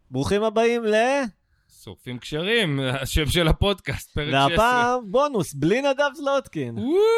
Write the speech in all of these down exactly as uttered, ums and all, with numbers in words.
ברוכים הבאים ל... שורפים קשרים, השם של הפודקאסט, פרק שש עשרה. והפעם בונוס, בלי נדב זלוטקין.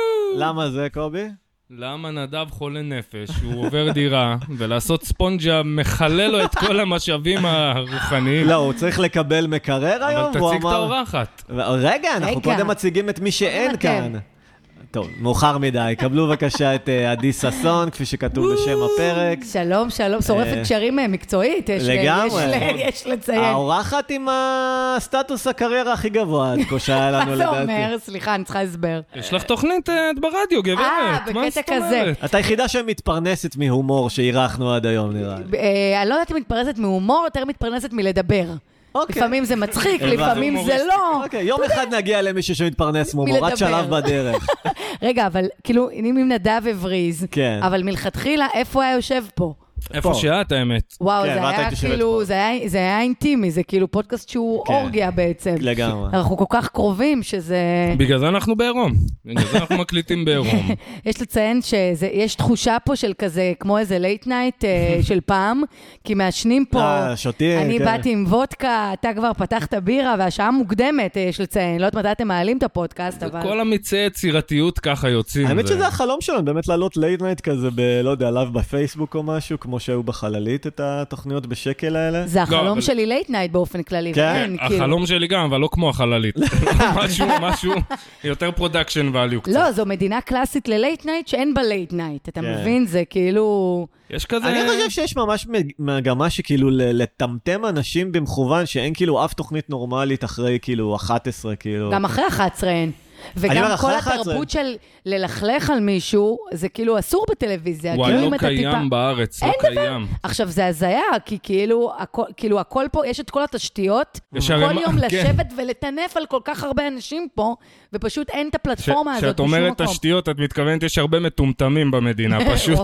למה זה, קובי? למה נדב חולה נפש, הוא עובר דירה, ולעשות ספונג'ה מחלל לו את כל המשאבים הרוחניים. לא, הוא צריך לקבל מקרר היום, אבל תציג את האורחת. רגע, אנחנו קודם מציגים את מי שאין כאן. טוב, מאוחר מדי. קבלו בבקשה את עדי ססון, כפי שכתוב בשם הפרק. שלום, שלום. שורפת קשרים מקצועית. לגמרי. יש לציין. האורחת עם הסטטוס הקריירה הכי גבוה, שהיה לנו לדעתי. מה זה אומר? סליחה, אני צריכה הסבר. יש לך תוכנית ברדיו, גברת. אה, בקטע כזה. את היחידה שמתפרנסת מהומור שאירחנו עד היום, נראה לי. אני לא יודעת אם מתפרנסת מהומור, יותר מתפרנסת מלדבר. לפעמים זה מצחיק, לפעמים זה לא. אוקיי, יום אחד נגיע למישהו שמתפרנס מהומור, עד שלב בדרך. רגע, אבל כאילו, אם נדב הבריז, אבל מלכתחילה, איפה הוא היה יושב פה? איפה שאת, האמת. וואו, זה היה כאילו, זה היה אינטימי, זה כאילו פודקאסט שהוא אורגיה בעצם. לגמרי. אנחנו כל כך קרובים שזה... בגלל זה אנחנו בעירום. בגלל זה אנחנו מקליטים בעירום. יש לציין שיש תחושה פה של כזה, כמו איזה לייט נייט של פעם, כי מעשנים פה, אני באתי עם וודקה, אתה כבר פתחת בירה, והשעה מוקדמת, יש לציין. לא יודעת מתי אתם מעלים את הפודקאסט, אבל... כל המיצי יצירתיות ככה יוצאים. האמת שזה החלום שלנו, באמת לעלות לייט נייט כזה, לא יודע, לייב בפייסבוק או משהו, כמו שהיו בחללית את התוכניות בשקל האלה. זה החלום שלי לייט נייט באופן כללי. כן, החלום שלי גם, אבל לא כמו החללית. משהו, משהו, יותר פרודקשן ואליו קצת. לא, זו מדינה קלאסית ללייט נייט שאין בה לייט נייט. אתה מבין? זה כאילו... יש כזה... אני חושב שיש ממש מגמה שכאילו לטמטם אנשים במכוון, שאין כאילו אף תוכנית נורמלית אחרי כאילו אחת עשרה, כאילו... גם אחרי אחת עשרה אין. וגם כל התרבות של ללכלך על מישהו, זה כאילו אסור בטלוויזיה. וואי, לא קיים בארץ, לא קיים. עכשיו, זה הזיה, כי כאילו הכל פה, יש את כל התשתיות, כל יום לשבת ולטנף על כל כך הרבה אנשים פה, ופשוט אין את הפלטפורמה הזאת. כשאת אומרת תשתיות, את מתכוונת, יש הרבה מטומטמים במדינה, פשוט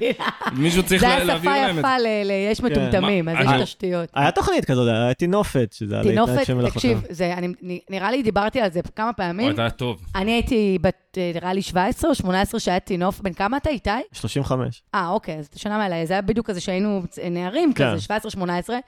מישהו צריך להעביר להם. זה השפה יפה, יש מטומטמים, אז יש תשתיות. היה תוכנית כזאת, היה תינופת, שזה תינופת, תקשיב, נראה לי דיברתי על זה כמה פעמים. טוב. אני הייתי בת, נראה לי שבע עשרה או שמונה עשרה שהיה תינוף. בן כמה אתה איתי? שלושים וחמש. אה, אוקיי, אז אתה שנה מעלה. זה היה בדיוק כזה שהיינו נערים, כן. כזה שבע עשרה שמונה עשרה.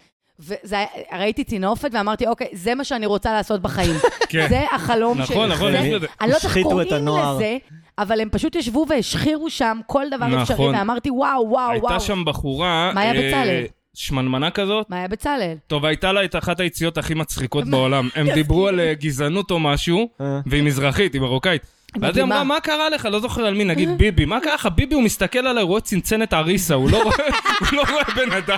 וראיתי תינופת ואמרתי, אוקיי, זה מה שאני רוצה לעשות בחיים. כן. זה החלום נכון, שלי. נכון, נכון. אני לא יודעת איך קוראים לזה, אבל הם פשוט ישבו והשחירו שם כל דבר נכון. אפשרי, ואמרתי, וואו, וואו, הייתה וואו. הייתה שם בחורה... מה היה בצלאל? שמנמנה כזאת. מה היה בצלאל? טוב, הייתה לה את אחת היציאות הכי מצחיקות בעולם. הם דיברו על גזענות או משהו, והיא מזרחית, היא מרוקאית. ואז היא אמרה, מה קרה לך? לא זוכר על מי, נגיד ביבי. מה קרה לך? ביבי הוא מסתכל עליי, רואה צנצנת אריסה, הוא לא רואה בן אדם.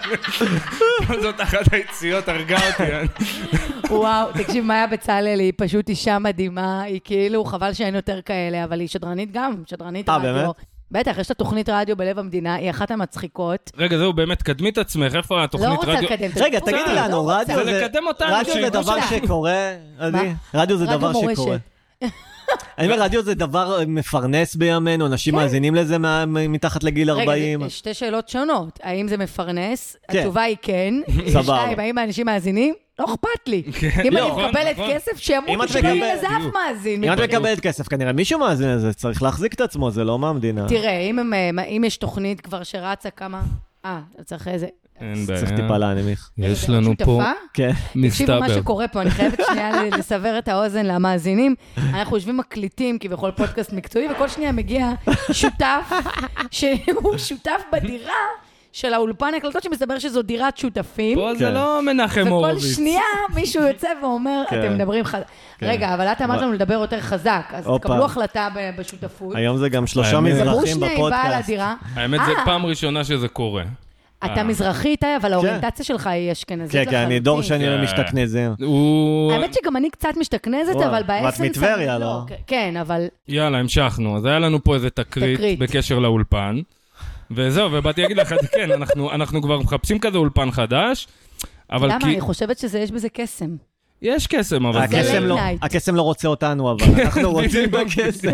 זאת אחת היציאות, הרגע אותי. וואו, תקשיב, מה היה בצלאל? היא פשוט אישה מדהימה, היא כאילו, חבל שאין יותר כאלה, אבל היא שדרנית גם, שדרנית רדיו. בטח, יש לה תוכנית רדיו בלב המדינה, היא אחת המצחיקות. רגע, זהו, באמת, קדמי את עצמך, איפה התוכנית רדיו? לא רוצה לקדם. רגע, תגידי לנו, רדיו זה דבר שקורה, רדיו זה דבר שקורה. אני אומר, רדיו זה דבר מפרנס בימינו, אנשים מאזינים לזה מתחת לגיל ארבעים. רגע, שתי שאלות שונות. האם זה מפרנס? התשובה היא כן. שתיים, האם האנשים מאזינים? לא אכפת לי. אם אני מקבלת כסף, שימות שלא יהיה לזה אף מאזין. אם את מקבלת כסף, כנראה מישהו מאזין לזה, צריך להחזיק את עצמו, זה לא מהמדינה. תראה, אם יש תוכנית כבר שרצה כמה... אה, צריך איזה... צריך טיפה להנמיך. יש לנו פה... כן. תקשיבו מה שקורה פה, אני חייבת שנייה לסבר את האוזן למאזינים. אנחנו יושבים מקליטים, כי בכל פודקאסט מקצועי, וכל שנייה מגיע שותף, שהוא שותף בדירה, של האולפן הקלטות שמסבר שזו דירת שותפים. פה זה לא מנחם הורוביץ. וכל שנייה מישהו יוצא ואומר, אתם מדברים חזק. רגע, אבל את אמרת לנו לדבר יותר חזק, אז תקבלו החלטה בשותפות. היום זה גם שלושה מזרחים בפודקאסט. האמת זה פעם ראשונה שזה קורה. אתה מזרחי איתי, אבל האוריינטציה שלך היא אשכנזית לחלוטין. כן, כן, אני דור שאני משתכנזר. האמת שגם אני קצת משתכנזת, אבל באסנס... ואת מטבריה, לא? כן, אבל... יאללה, המשכנו. אז היה לנו פה איזה תקרית בקשר לאולפן. וזהו, ובאתי להגיד לך, כן, אנחנו, אנחנו כבר מחפשים כזה אולפן חדש, אבל למה? כי... אני חושבת שזה יש בזה קסם. יש קסם, אבל זה... הקסם לא רוצה אותנו, אבל אנחנו רוצים בקסם.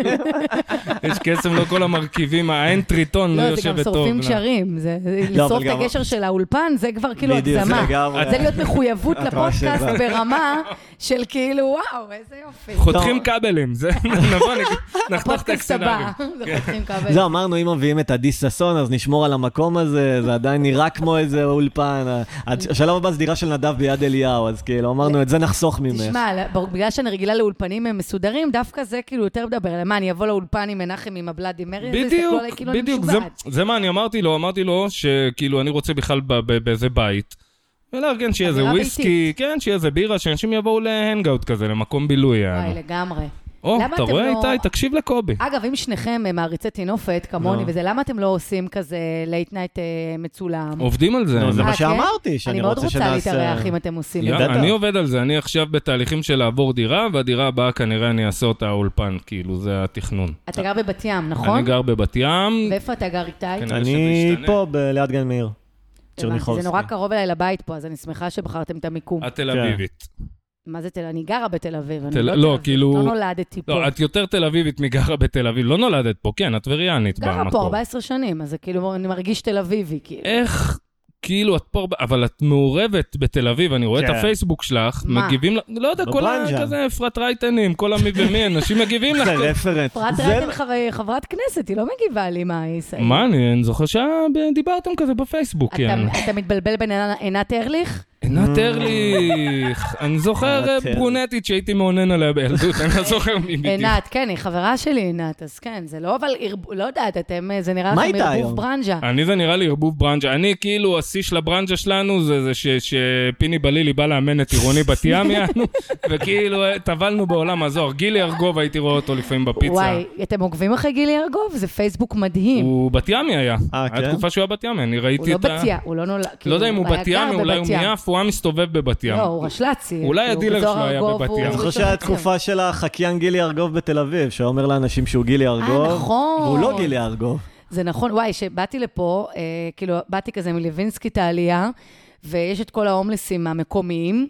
יש קסם, לא כל המרכיבים, האין טריטון לא יושב בטוב. לא, זה גם שורפים קשרים. לשרוף את הגשר של האולפן, זה כבר כאילו הגזמה. זה להיות מחויבות לפודקאסט ברמה של כאילו, וואו, איזה יופי. חותכים כבלים, זה נבוא, נחתוך את הקסנרים. זה חותכים כבלים. זה אמרנו, אם מביאים את עדי ססון, אז נשמור על המקום הזה, זה עדיין נראה כמו איזה אולפן. השלב הבא זה דירה של נדב ביד אליהו, אז כאילו, אמרנו, את זה נחסוך ממך. תשמע, בגלל שאני רגילה לאולפנים מסודרים, דווקא זה כאילו יותר מדבר. למה, אני אבוא לאולפן עם מנחם עם הבלאדי מרי, בדיוק, בדיוק. זה מה אני אמרתי לו, אמרתי לו שכאילו אני רוצה בכלל באיזה בית, ולארגן שיהיה איזה וויסקי, כן, שיהיה איזה בירה, שאנשים יבואו להנגאוט כזה, למקום בילוי. וואי, לגמרי. או, אתה רואה איתי, תקשיב לקובי. אגב, אם שניכם מעריצי תינופת, כמוני, וזה, למה אתם לא עושים כזה לייט נייט מצולם? עובדים על זה. זה מה שאמרתי, שאני רוצה שנעשה... אני מאוד רוצה להתארח אם אתם עושים. אני עובד על זה, אני עכשיו בתהליכים של לעבור דירה, והדירה הבאה כנראה אני אעשה אותה אולפן, כאילו, זה התכנון. אתה גר בבת ים, נכון? אני גר בבת ים. ואיפה אתה גר איתי? אני פה, ליד גן מאיר. זה נורא קרוב אליי לבית פה, אז אני שמחה שבחרתם את המיקום. התל אביבית. מה זה תל אביב? אני גרה בתל אביב, אני תל... לא, לא, כאילו... לא נולדתי פה. לא, את יותר תל אביבית מגרה בתל אביב, לא נולדת פה, כן, את וריאנית במקור. גרה פה ארבע עשרה שנים, אז זה כאילו, אני מרגיש תל אביבי, כאילו. איך, כאילו, את פה, אבל את מעורבת בתל אביב, אני רואה את הפייסבוק שלך, מגיבים, לא יודע, כל כזה, אפרת רייטנים, כל המי ומי, אנשים מגיבים לך. אפרת רייטן חברת כנסת, היא לא מגיבה לי, מה היא עושה? מה, אני זוכר שדיברתם כזה בפייסבוק, אתה מתבלבל בין עינת ארליך? עינת ארליך, אני זוכר ברונטית שהייתי מעונן עליה בילדות, אני לא זוכר מי בדיוק. עינת, כן, היא חברה שלי, עינת, אז כן, זה לא, אבל לא יודעת, אתם, זה נראה לכם ערבוב ברנג'ה. אני זה נראה לי ערבוב ברנג'ה, אני כאילו, השיא של הברנג'ה שלנו, זה שפיני בלילי בא לאמן את עירוני בת ים יענו, וכאילו, טבלנו בעולם הזוהר, גילי ארגוב הייתי רואה אותו לפעמים בפיצה. וואי, אתם עוקבים אחרי גילי ארגוב? זה פייסבוק מדהים. הוא בת ימי היה. היה תקופה שהוא היה בת ימי, אני ראיתי את ה... הוא לא בת ים, הוא לא נולד. לא יודע אם הוא בת ים, אולי הוא מיף, הוא היה מסתובב בבת ים. לא, הוא רשלצי. אולי הדילר שלו היה בבת ים. אני חושב שהיה תקופה של החקיין גילי ארגוב בתל אביב, שאומר לאנשים שהוא גילי ארגוב. אה, נכון. והוא לא גילי ארגוב. זה נכון, וואי, שבאתי לפה, כאילו, באתי כזה מלווינסקי העלייה, ויש את כל ההומלסים המקומיים,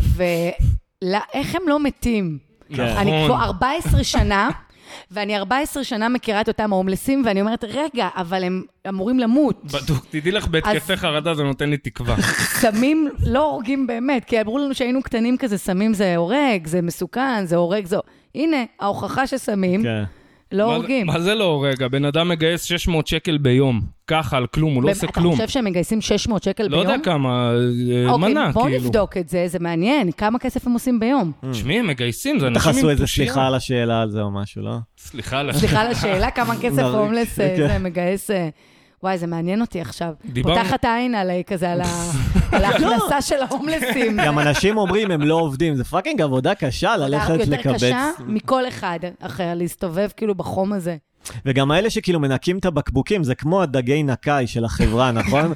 ואיך הם לא מתים? אני כבר ארבע עשרה שנה, ואני ארבע עשרה שנה מכירה את אותם ההומלסים, ואני אומרת, רגע, אבל הם אמורים למות. בדוק, תדעי לך, בהתקפי חרדה זה נותן לי תקווה. סמים לא הורגים באמת, כי אמרו לנו שהיינו קטנים כזה, סמים זה הורג, זה מסוכן, זה הורג, זה... הנה, ההוכחה שסמים לא הורגים. מה זה לא הורג? הבן אדם מגייס שש מאות שקל ביום. ככה, על כלום, הוא לא עושה כלום. אתה חושב שהם מגייסים שש מאות שקל ביום? לא יודע כמה, מנה, כאילו. אוקיי, בוא נבדוק את זה, זה מעניין. כמה כסף הם עושים ביום? תשמעי, הם מגייסים, זה אנשים עם תחסו פושייה. איזה סליחה על השאלה על זה או משהו, לא? סליחה על השאלה. סליחה על השאלה, כמה כסף הומלס זה מגייס... וואי, זה מעניין אותי עכשיו. פותחת עין עליי כזה, על ההכנסה של ההומלסים. גם אנשים אומרים, הם לא עובדים. זה פאקינג עבודה קשה, ללכת לקבץ. יותר קשה מכל אחד אחר, להסתובב כאילו בחום הזה. וגם האלה שכאילו מנקים את הבקבוקים, זה כמו הדגי נקאי של החברה, נכון?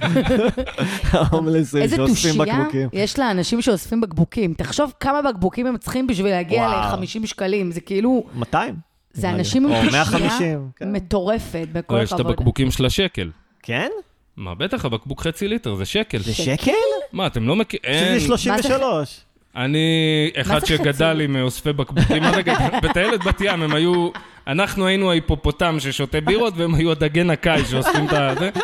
ההומלסים שאוספים בקבוקים. יש לה אנשים שאוספים בקבוקים. תחשוב כמה בקבוקים הם צריכים בשביל להגיע ל-חמישים שקלים. זה כאילו... מאתיים. זה אנשים עם פושייה מטורפת בכל יש את הבקבוקים של השקל. כן? מה, בטח, הבקבוק חצי ליטר, זה שקל. זה שקל? מה, אתם לא מכירים? שזה שלושים ושלוש. אני אחד שגדל עם אוספי בקבוקים. בטיילת בת ים, הם היו... אנחנו היינו ההיפופוטם ששותה בירות, והם היו הדגי נקאי שאוספים את זה.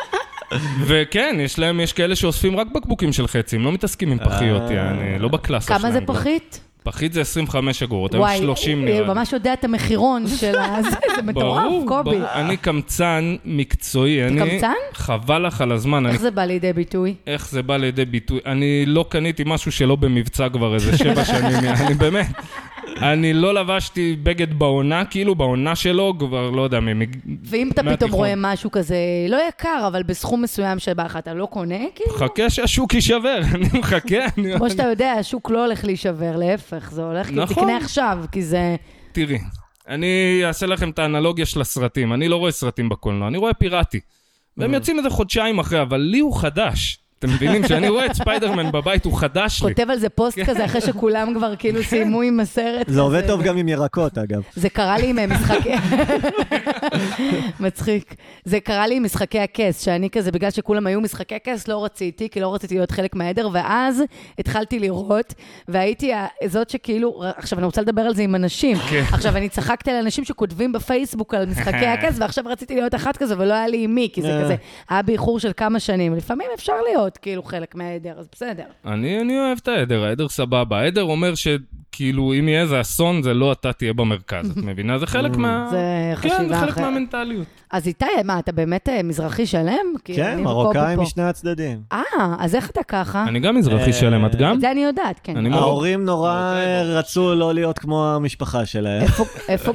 וכן, יש להם, יש כאלה שאוספים רק בקבוקים של חצי, הם לא מתעסקים עם פחיות, אני לא בקלאסה שלהם. כמה זה פחית? פחית זה עשרים וחמש אגורות, הם שלושים נראה. וואי, ממש יודע את המחירון של זה, זה מטורף, קובי. אני קמצן מקצועי, אתה קמצן? חבל לך על הזמן. איך זה בא לידי ביטוי? איך זה בא לידי ביטוי? אני לא קניתי משהו שלא במבצע כבר איזה שבע שנים, אני באמת. אני לא לבשתי בגד בעונה, כאילו בעונה שלו, כבר לא יודע, ואם אתה פתאום רואה משהו כזה, לא יקר, אבל בסכום מסוים שבא לך, אתה לא קונה, כאילו? חכה שהשוק יישבר, אני מחכה. כמו שאתה יודע, השוק לא הולך להישבר, להפך, זה הולך, כי תקנה עכשיו, כי זה... תראי, אני אעשה לכם את האנלוגיה של הסרטים, אני לא רואה סרטים בקולנוע, אני רואה פיראטי, והם יוצאים איזה חודשיים אחרי, אבל לי הוא חדש. אתם מבינים שאני רואה את ספיידרמן בבית, הוא חדש לי. כותב על זה פוסט כזה, אחרי שכולם כבר כאילו סיימו עם הסרט. זה עובד טוב גם עם ירקות, אגב. זה קרה לי עם משחקי... מצחיק. זה קרה לי עם משחקי הכס, שאני כזה, בגלל שכולם היו משחקי הכס, לא רציתי, כי לא רציתי להיות חלק מהעדר, ואז התחלתי לראות, והייתי זאת שכאילו, עכשיו אני רוצה לדבר על זה עם אנשים, עכשיו אני צחקתי על אנשים שכותבים בפייסבוק על משחקי הכס, ועכשיו רציתי להיות אחת כזה, ולא היה לי עם מי, כי זה כזה, היה באיחור של כמה שנים, לפעמים אפשר להיות כאילו חלק מהעדר, אז בסדר. אני, אני אוהב את העדר, העדר סבבה, העדר אומר שכאילו אם יהיה איזה אסון, זה לא אתה תהיה במרכז, את מבינה? זה חלק מה... זה חשיבה אחרת. כן, זה חלק מהמנטליות. אז איתי, מה, אתה באמת מזרחי שלם? כן, מרוקאי משני הצדדים. אה, אז איך אתה ככה? אני גם מזרחי שלם, את גם? את זה אני יודעת, כן. ההורים נורא רצו לא להיות כמו המשפחה שלהם. איפה...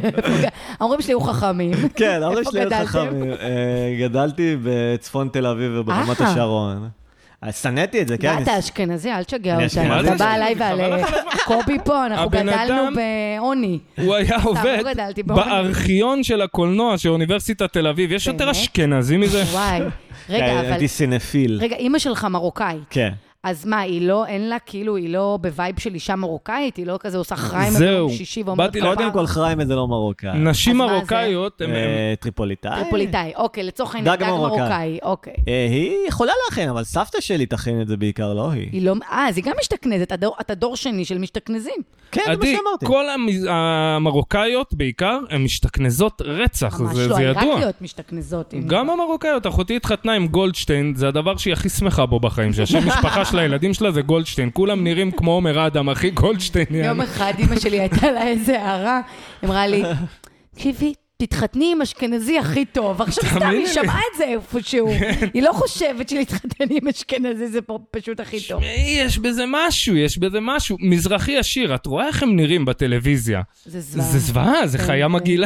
ההורים שלי היו חכמים. כן, ההורים שלי היו חכמים. גדלתי בצפון תל אביב וברמת השרון. סנאתי את זה, כן. אתה אשכנזי, אל תשגע אותנו. אתה בא עליי ועל קובי פה, אנחנו גדלנו בעוני. הוא היה עובד בארכיון של הקולנוע של אוניברסיטת תל אביב. יש יותר אשכנזי מזה? וואי. רגע, אבל... הייתי סינפיל. רגע, אמא שלך מרוקאי. כן. אז מה, היא לא, אין לה, כאילו, היא לא בווייב של אישה מרוקאית? היא לא כזה עושה חריים זהו. שישי ואומרת... קודם כל חריים זה לא מרוקאי. נשים מרוקאיות... טריפוליטאי. טריפוליטאי, אוקיי, לצורך העניין דג מרוקאי, אוקיי. היא יכולה להכין, אבל סבתא שלי תכין את זה בעיקר, לא היא. היא לא... אה, אז היא גם משתכנזת, אתה דור שני של משתכנזים. כן, זה מה שאמרתי. כל המרוקאיות בעיקר, הן משתכנזות רצח, זה ידוע. העיראקיות משתכנזות. גם המרוקאיות, אחותי התחתנה עם גולדשטיין, זה הדבר שהיא הכי שמחה בו בחיים, שהשם משפחה של הילדים שלה זה גולדשטיין, כולם נראים כמו עומר אדם, אחי גולדשטיין. יום אחד אמא שלי הייתה לה איזה הערה, אמרה לי, תקשיבי, תתחתני עם אשכנזי הכי טוב, עכשיו סתם היא שמעה את זה איפשהו, היא לא חושבת שלהתחתני עם אשכנזי זה פשוט הכי טוב. יש בזה משהו, יש בזה משהו, מזרחי עשיר, את רואה איך הם נראים בטלוויזיה? זה זוועה. זה זוועה, זה חיה מגעילה,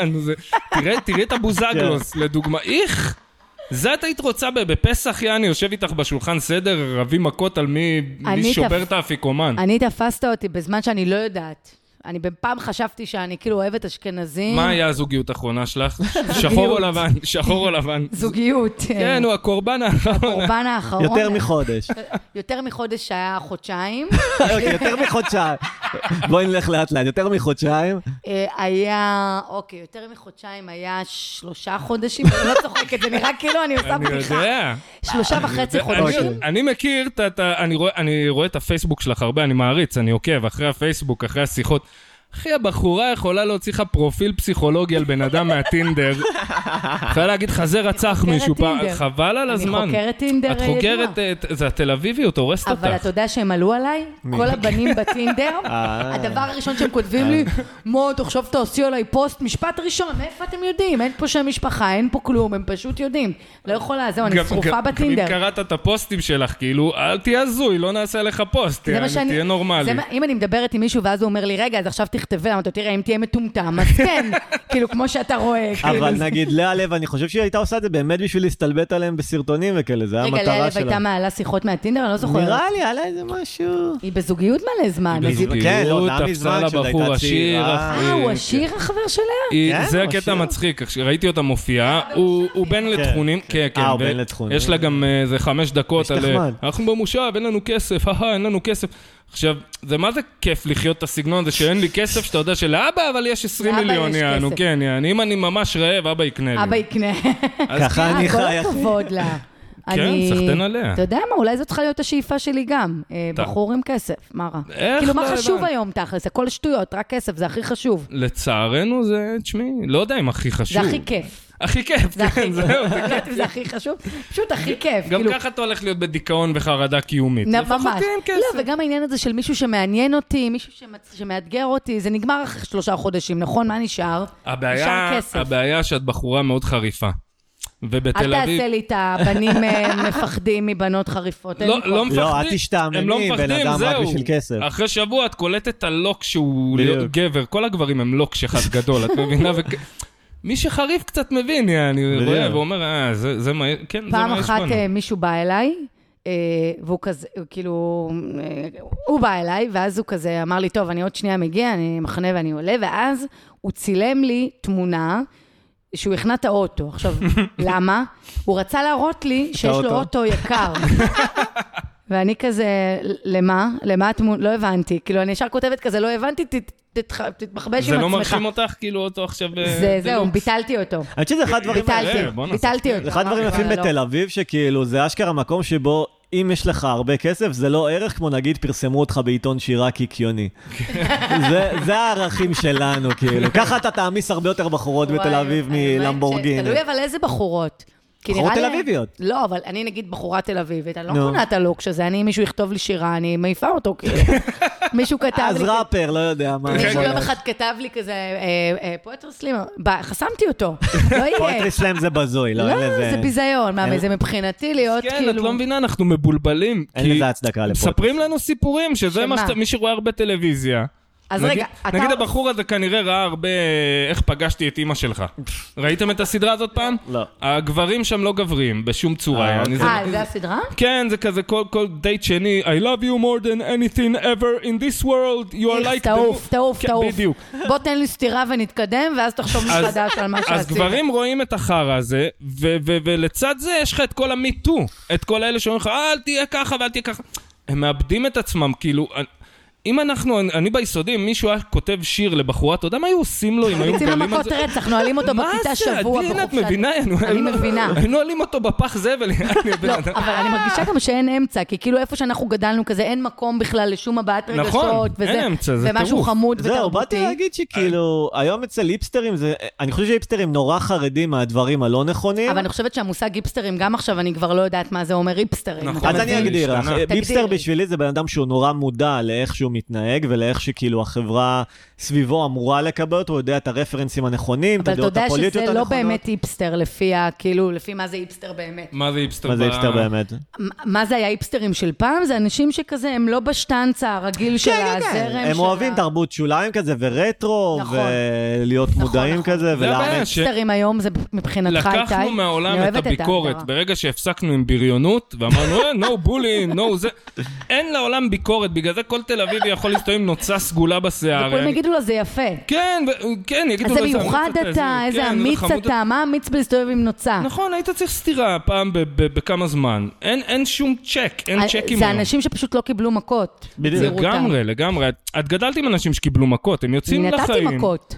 תראי את הבוזגלוס, לדוגמה, איך? זה את היית רוצה בפסח, יעני, יושב איתך בשולחן סדר, רבי מכות על מי שובר את האפיקומן. אני תפסת אותי בזמן שאני לא יודעת. אני בפעם חשבתי שאני כאילו אוהבת אשכנזים. מה היה הזוגיות האחרונה שלך? שחור או לבן? שחור או לבן? זוגיות. כן, הוא הקורבן האחרון. הקורבן האחרון. יותר מחודש. יותר מחודש שהיה חודשיים. יותר מחודשיים. בואי נלך לאט לאט, יותר מחודשיים. היה, אוקיי, יותר מחודשיים היה שלושה חודשים. אני לא צוחקת, זה נראה כאילו אני עושה בדיחה. אני יודע. שלושה וחצי חודשים. אני מכיר, אני רואה את הפייסבוק שלך הרבה, אני מעריץ, אני עוקב אחרי הפייסבוק, אחרי השיחות. אחי, הבחורה יכולה להוציא לך פרופיל פסיכולוגי על בן אדם מהטינדר. יכולה להגיד לך, זה רצח מישהו פעם. חבל על הזמן. אני חוקרת טינדר. את חוקרת, זה התל אביביות, הורסת אותך. אבל אתה יודע שהם עלו עליי? כל הבנים בטינדר. הדבר הראשון שהם כותבים לי, מות, עכשיו תעשי עליי פוסט, משפט ראשון, איפה אתם יודעים? אין פה שם משפחה, אין פה כלום, הם פשוט יודעים. לא יכולה, זהו, אני שרופה בטינדר. אם קראת את הפוסטים שלך, כאילו, אל תהיה הזוי, לא נעשה לך פוסט, תהיה נורמלי. אם אני מדברת עם מישהו ואז הוא אומר לי, רגע, אז עכשיו תכתבי, למה אתה תראה, אם תהיה מטומטם, אז כן, כאילו, כמו שאתה רואה. אבל נגיד, לאה לב, אני חושב שהיא הייתה עושה את זה באמת בשביל להסתלבט עליהם בסרטונים וכאלה, זה המטרה שלה. רגע, לאה לב הייתה מעלה שיחות מהטינדר, אני לא זוכרת. נראה לי, עלה איזה משהו. היא בזוגיות מלא זמן. היא בזוגיות, תפסה לבחור עשיר. אה, הוא עשיר החבר שלה? זה הקטע מצחיק, ראיתי אותה מופיעה, הוא בן לתכונים, כן, כן, יש לה גם איזה חמש דקות על, אנחנו במושב, אין לנו כסף, אין לנו כסף. עכשיו, זה מה זה כיף לחיות את הסגנון הזה שאין לי כסף, שאתה יודע שלאבא, אבל יש עשרים מיליון, יענו, כן, יענו, אם אני ממש רעב, אבא יקנה לי. אבא יקנה. ככה אני חי. כל הכבוד לה. כן, סחטן עליה. אתה יודע מה, אולי זאת צריכה להיות השאיפה שלי גם. בחור עם כסף, מה רע? כאילו, מה חשוב היום תכלס? הכל שטויות, רק כסף, זה הכי חשוב. לצערנו זה, תשמעי, לא יודע אם הכי חשוב. זה הכי כיף. הכי כיף, כן, זהו. זה הכי חשוב, פשוט הכי כיף. גם ככה אתה הולך להיות בדיכאון וחרדה קיומית. ממש. לא, וגם העניין הזה של מישהו שמעניין אותי, מישהו שמאתגר אותי, זה נגמר אחרי שלושה חודשים, נכון? מה נשאר? הבעיה שאת בחורה מאוד חריפה. ובתל אביב... אל תעשה לי את הבנים מפחדים מבנות חריפות. לא, לא מפחדים. לא, אל תשתעמני, בן אדם רק בשביל כסף. אחרי שבוע את קולטת את הלוק שהוא גבר, כל הגברים הם לוק שחד גדול, את מבינה? מי שחריף קצת מבין, אני רואה ואומר, אה, זה מה, כן, זה מה יש בנו. פעם אחת מישהו בא אליי, והוא כזה, כאילו, הוא בא אליי, ואז הוא כזה אמר לי, טוב, אני עוד שנייה מגיע, אני מחנה ואני עולה, ואז הוא צילם לי תמונה, שהוא הכנה את האוטו. עכשיו, למה? הוא רצה להראות לי שיש לו אוטו יקר. ואני כזה, למה? למה את לא הבנתי? כאילו, אני ישר כותבת כזה, לא הבנתי, תתמחבש עם עצמך. זה לא מרשים אותך, כאילו, אותו עכשיו... זה, זהו, ביטלתי אותו. אני חושב שזה אחד דברים... ביטלתי, ביטלתי אותו. זה אחד דברים יפים בתל אביב, שכאילו, זה אשכרה מקום שבו, אם יש לך הרבה כסף, זה לא ערך כמו נגיד פרסמו אותך בעיתון שירה קיקיוני. זה הערכים שלנו, כאילו. ככה אתה תעמיס הרבה יותר בחורות בתל אביב מלמבורגיני. תלוי אבל איזה בחורות. בחורות תל אביביות. לא, אבל אני נגיד בחורה תל אביבית, אני לא קונה את הלוק שזה, אני, מישהו יכתוב לי שירה, אני מעיפה אותו, כאילו. מישהו כתב לי... אז ראפר, לא יודע מה. מישהו יום אחד כתב לי כזה, פואטרי סלאם, חסמתי אותו, לא יהיה. פואטרי סלאם זה בזוי, לא? לא, זה ביזיון, מה, זה מבחינתי להיות כאילו... כן, את לא מבינה, אנחנו מבולבלים. אין לזה הצדקה לפואטרי. מספרים לנו סיפורים, שזה מי שרואה הרבה טלוויזיה. אז רגע, אתה... נגיד הבחור הזה כנראה ראה הרבה איך פגשתי את אמא שלך. ראיתם את הסדרה הזאת פעם? לא. הגברים שם לא גברים, בשום צורה. אה, זה הסדרה? כן, זה כזה כל דייט שני, I love you more than anything ever in this world, you are like... תעוף, תעוף, תעוף. בדיוק. בוא תן לי סתירה ונתקדם, ואז תחשוב מחדש על מה שעשית. אז גברים רואים את החרא הזה, ולצד זה יש לך את כל המיטו, את כל האלה שאומרים לך, אל תהיה ככה ואל תהיה ככה. הם מאבדים את עצמם, כאילו... אם אנחנו, אני ביסודי, אם מישהו היה כותב שיר לבחורה, אתה יודע מה היו עושים לו אם היו מגלים על זה? יוצאים למכות רצח, נועלים אותו בכיתה שבוע בחופשת. מה זה? את מבינה? אני מבינה. היינו נועלים אותו בפח זבל. לא, אבל אני מרגישה גם שאין אמצע, כי כאילו איפה שאנחנו גדלנו כזה, אין מקום בכלל לשום הבעת רגשות. נכון, אין אמצע, זה טירוף. ומשהו חמוד ותרבותי. זהו, באתי להגיד שכאילו, היום אצל היפסטרים, אני חושב שהיפסטרים נורא חרדים מהדברים הלא נכונים. אבל אני חושבת שהמושג היפסטרים, גם עכשיו אני כבר לא יודעת מה זה אומר היפסטרים. אז אני אגדיר לך, היפסטר בשבילי זה בן אדם שהוא נורא מודע לאיך שהוא מתנהג ולאיך שכאילו החברה סביבו אמורה לקבל אותו, הוא יודע את הרפרנסים הנכונים, את הדעות הפוליטיות הנכונות. אבל אתה יודע שזה לא באמת היפסטר לפי, כאילו, לפי מה זה היפסטר באמת. מה זה היפסטר? מה זה היפסטר באמת? מה זה היה היפסטרים של פעם? זה אנשים שכזה, הם לא בשטנצה הרגיל של הזרם. הם אוהבים תרבות שוליים כזה, ורטרו, ולהיות מודעים כזה, ולאמץ. היפסטרים היום זה מבחינתך איתי. לקחנו מהעולם את הביקורת, ברגע שהפסקנו עם בריונות, ואמרנו, no bullying, no זה. אין לעולם ביקורת, בגלל זה כל תל אביב יכול להסתובב עם נוצה סגולה בשיער. וכולם יגידו לו, זה יפה. כן, כן, יגידו לו, זה מיוחד אתה, איזה אמיץ אתה, מה אמיץ בלהסתובב עם נוצה? נכון, היית צריך סתירה פעם בכמה זמן. אין שום צ'ק, אין צ'קים. זה אנשים שפשוט לא קיבלו מכות. לגמרי, לגמרי. את גדלת עם אנשים שקיבלו מכות, הם יוצאים לחיים. נתתי מכות.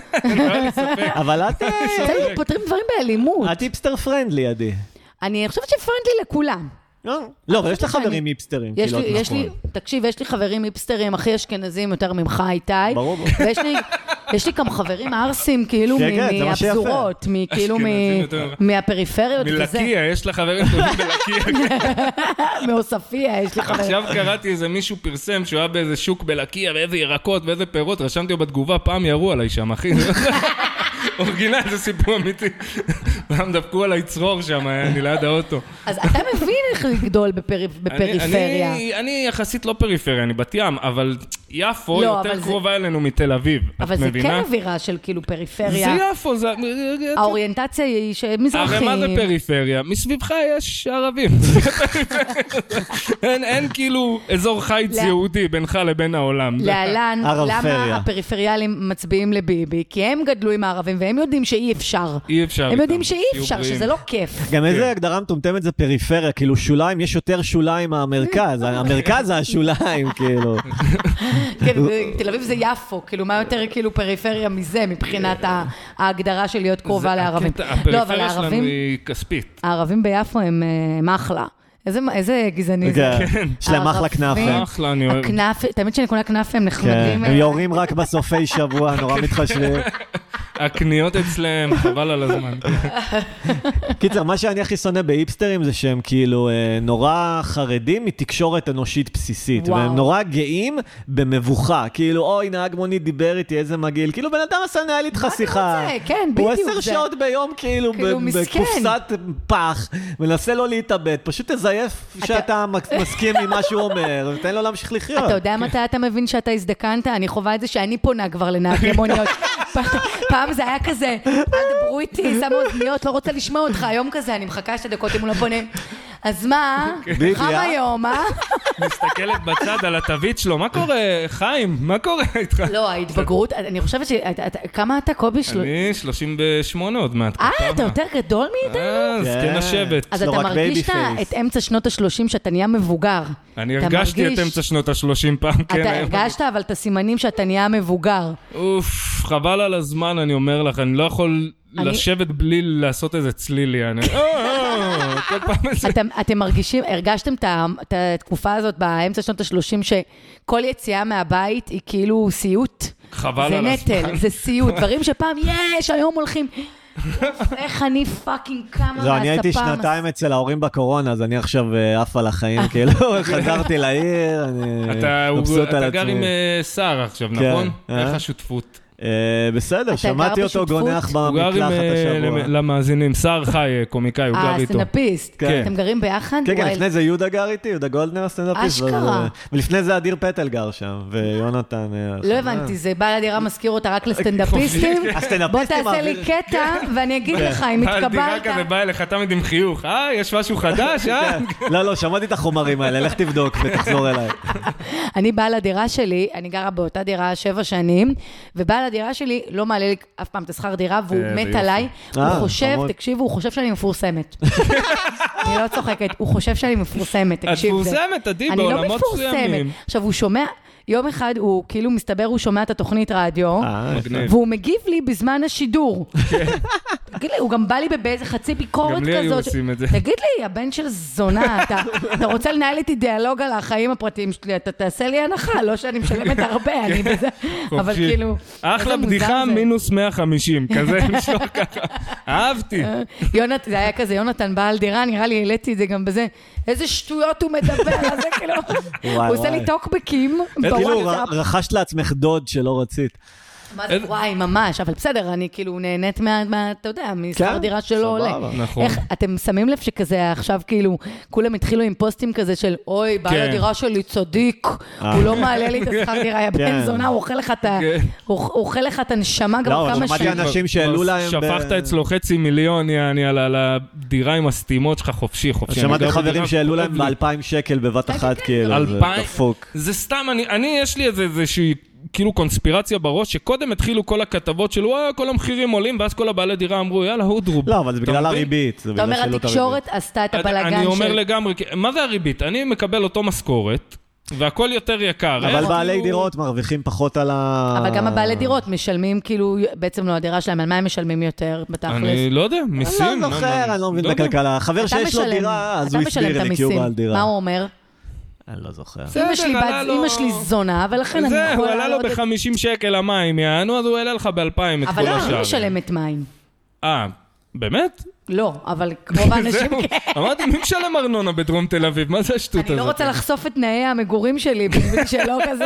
אבל את... פותרים דברים באלימות. את היפסטר פרנדלי, עדי. אני חושבת שפרנדלי לכולם. לא, אבל יש לך חברים היפסטרים. יש לי, תקשיב, יש לי חברים היפסטרים הכי אשכנזים יותר ממך איתי. ברור. ויש לי גם חברים ארסים, כאילו, מהפזורות, כאילו, מהפריפריות. מלקיה, יש לך חברים טובים בלקיה. מאוספיה, יש לי חברים. עכשיו קראתי איזה מישהו פרסם שהוא היה באיזה שוק בלקיה, ואיזה ירקות ואיזה פירות, רשמתי לו בתגובה, פעם ירו עליי שם, אחי. אורגינל, זה סיפור אמיתי. פעם דפקו עליי צרור שם, אני ליד האוטו. אז אתה מבין איך לגדול בפריפריה? אני יחסית לא פריפריה, אני בת ים, אבל יפו יותר קרובה אלינו מתל אביב. אבל זה כן אווירה של כאילו פריפריה. זה יפו, זה... האוריינטציה היא שמזרחים. הרי מה זה פריפריה? מסביבך יש ערבים. אין כאילו אזור חיץ יהודי בינך לבין העולם. להלן, למה הפריפריאלים מצביעים לביבי? כי הם גדלו עם הערבים, והם יודעים שאי אפשר. אי אפשר. הם יודעים שאי אפשר, שזה לא כיף. גם איזה הגדרה מטומטמת זה פריפריה, כאילו שוליים, יש יותר שוליים מהמרכז. המרכז זה השוליים, כאילו. כן, תל אביב זה יפו, כאילו מה יותר כאילו פריפריה מזה, מבחינת ההגדרה של להיות קרובה לערבים. הפריפריה שלנו היא כספית. הערבים ביפו הם אחלה. איזה גזעני זה. כן, יש להם אחלה כנאפה. אחלה, אני אוהב. תמיד שאני קונה כנאפה, הם נחמדים. הם יורים רק בסופי שבוע, נורא מתחשבים. הקניות אצלם, חבל על הזמן. קיצר, מה שאני הכי שונא בהיפסטרים זה שהם כאילו נורא חרדים מתקשורת אנושית בסיסית, והם נורא גאים במבוכה, כאילו אוי נהג מונית דיבר איתי איזה מגעיל, כאילו בן אדם עשה נהל איתך שיחה, הוא עשר שעות ביום כאילו בקופסת פח, מנסה לו להתאבד, פשוט תזייף שאתה מסכים עם מה שהוא אומר, ותן לו להמשיך לחיות. אתה יודע מתי אתה מבין שאתה הזדקנת? אני חובה את זה שאני פונה כבר לנהגי מוניות. פעם זה היה כזה, אל דברו איתי, שמו אוזניות, לא רוצה לשמוע אותך, היום כזה, אני מחכה שתי דקות אם הוא לא פונה. אז מה? חם היום, אה? מסתכלת בצד על התווית שלו, מה קורה, חיים? מה קורה איתך? לא, ההתבגרות, אני חושבת ש... כמה אתה, קובי? אני שלושים ושמונה עוד מעט. אה, אתה יותר גדול מאיתנו? אה, זקן השבט. אז אתה מרגיש את אמצע שנות ה-שלושים שאתה נהיה מבוגר. אני הרגשתי את אמצע שנות ה-שלושים פעם, כן. אתה הרגשת, אבל את הסימנים שאתה נהיה מבוגר. אוף, חבל על הזמן, אני אומר לך, אני לא יכול לשבת בלי לעשות איזה צלילי. אתם מרגישים, הרגשתם את התקופה הזאת באמצע שנות ה-שלושים, שכל יציאה מהבית היא כאילו סיוט? חבל על הזמן. זה נטל, זה סיוט, דברים שפעם יש, היום הולכים... איך אני פאקינג כמה מהספה. אני הייתי שנתיים אצל ההורים בקורונה, אז אני עכשיו עף על החיים, כאילו, חזרתי לעיר, אני מבסוט על עצמי. אתה גר עם שר עכשיו, נכון? איך השותפות? בסדר, שמעתי אותו גונח במקלחת השבוע. למאזינים, שר חי, קומיקאי, הוא גר איתו. סטנדאפיסט, אתם גרים ביחד? כן, כן, לפני זה יהודה גר איתי, יהודה גולדנר הסטנדאפיסט. אשכרה. ולפני זה אדיר פטל גר שם, ויונתן... לא הבנתי, זה בעל הדירה מזכיר אותה רק לסטנדאפיסטים? בוא תעשה לי קטע, ואני אגיד לך, אם התקבלת... בעל דירה כזה בא אליך תמיד עם חיוך, אה, יש משהו חדש, אה? לא, לא, שמעתי את החומרים האלה, לך תבדוק ותחזור אליי. אני בעל הדירה שלי, אני גרה באותה דירה שבע שנים, ובעל הדירה שלי לא מעלה לי אף פעם את השכר דירה, והוא מת עליי. הוא חושב, תקשיבו, הוא חושב שאני מפורסמת. אני לא צוחקת, הוא חושב שאני מפורסמת, תקשיב. את מפורסמת, עדי, בעולמות מסוימים. עכשיו, הוא שומע... יום אחד הוא, כאילו מסתבר, הוא שומע את התוכנית רדיו, והוא מגיב לי בזמן השידור. תגיד לי, הוא גם בא לי באיזה חצי ביקורת כזאת. גם לי היו עושים את זה. תגיד לי, הבן של זונה, אתה רוצה לנהל איתי דיאלוג על החיים הפרטיים שלי, אתה תעשה לי הנחה, לא שאני משלמת הרבה, אני בזה, אבל כאילו... אחלה בדיחה מינוס מאה וחמישים, כזה משלוח ככה. אהבתי. זה היה כזה, יונתן בעל דירה, נראה לי, העליתי את זה גם בזה, איזה שטויות הוא מדבר, אז זה כאילו... הוא עושה לי טוקבקים, כאילו רכשת לעצמך דוד שלא רצית. מה זה? וואי, ממש, אבל בסדר, אני כאילו נהנית מה, אתה יודע, משכר דירה שלא עולה. נכון. איך, אתם שמים לב שכזה עכשיו כאילו, כולם התחילו עם פוסטים כזה של, אוי, בעל הדירה שלי צדיק, הוא לא מעלה לי את השכר דירה, יא בן זונה, הוא אוכל לך את הנשמה גם כמה שמעתי אנשים שאלו להם... שפכת אצלו חצי מיליון, יעני, על הדירה עם הסתימות שלך חופשי, חופשי. שמעתי חברים שאלו להם ב-אלפיים שקל בבת אחת, כאילו, זה דפוק. זה סתם, אני, יש לי איזושהי כאילו קונספירציה בראש, שקודם התחילו כל הכתבות של, וואי, כל המחירים עולים, ואז כל הבעלי דירה אמרו, יאללה, הודרו. לא, אבל זה בגלל הריבית. אתה אומר, התקשורת עשתה את הבלגן של... אני אומר לגמרי, מה זה הריבית? אני מקבל אותו משכורת, והכל יותר יקר. אבל בעלי דירות מרוויחים פחות על ה... אבל גם הבעלי דירות משלמים, כאילו, בעצם לא הדירה שלהם, על מה הם משלמים יותר בתכלס? אני לא יודע, מיסים. אני לא זוכר, אני לא מבין בכלכלה. חבר שיש לו דירה, אז הוא הסביר לי כי הוא בעל דירה. מה הוא אומר? אני לא זוכר. אמא שלי זונה, ולכן אני יכולה... זהו, הוא עלה לו ב-חמישים שקל המים, יענו, אז הוא העלה לך ב-אלפיים את כל השאר. אבל לא, אני משלמת מים. אה, באמת? לא, אבל כמו באנשים... אמרתי, מי משלם ארנונה בדרום תל אביב? מה זה השטות הזאת? אני לא רוצה לחשוף את תנאי המגורים שלי, בשביל שלא כזה...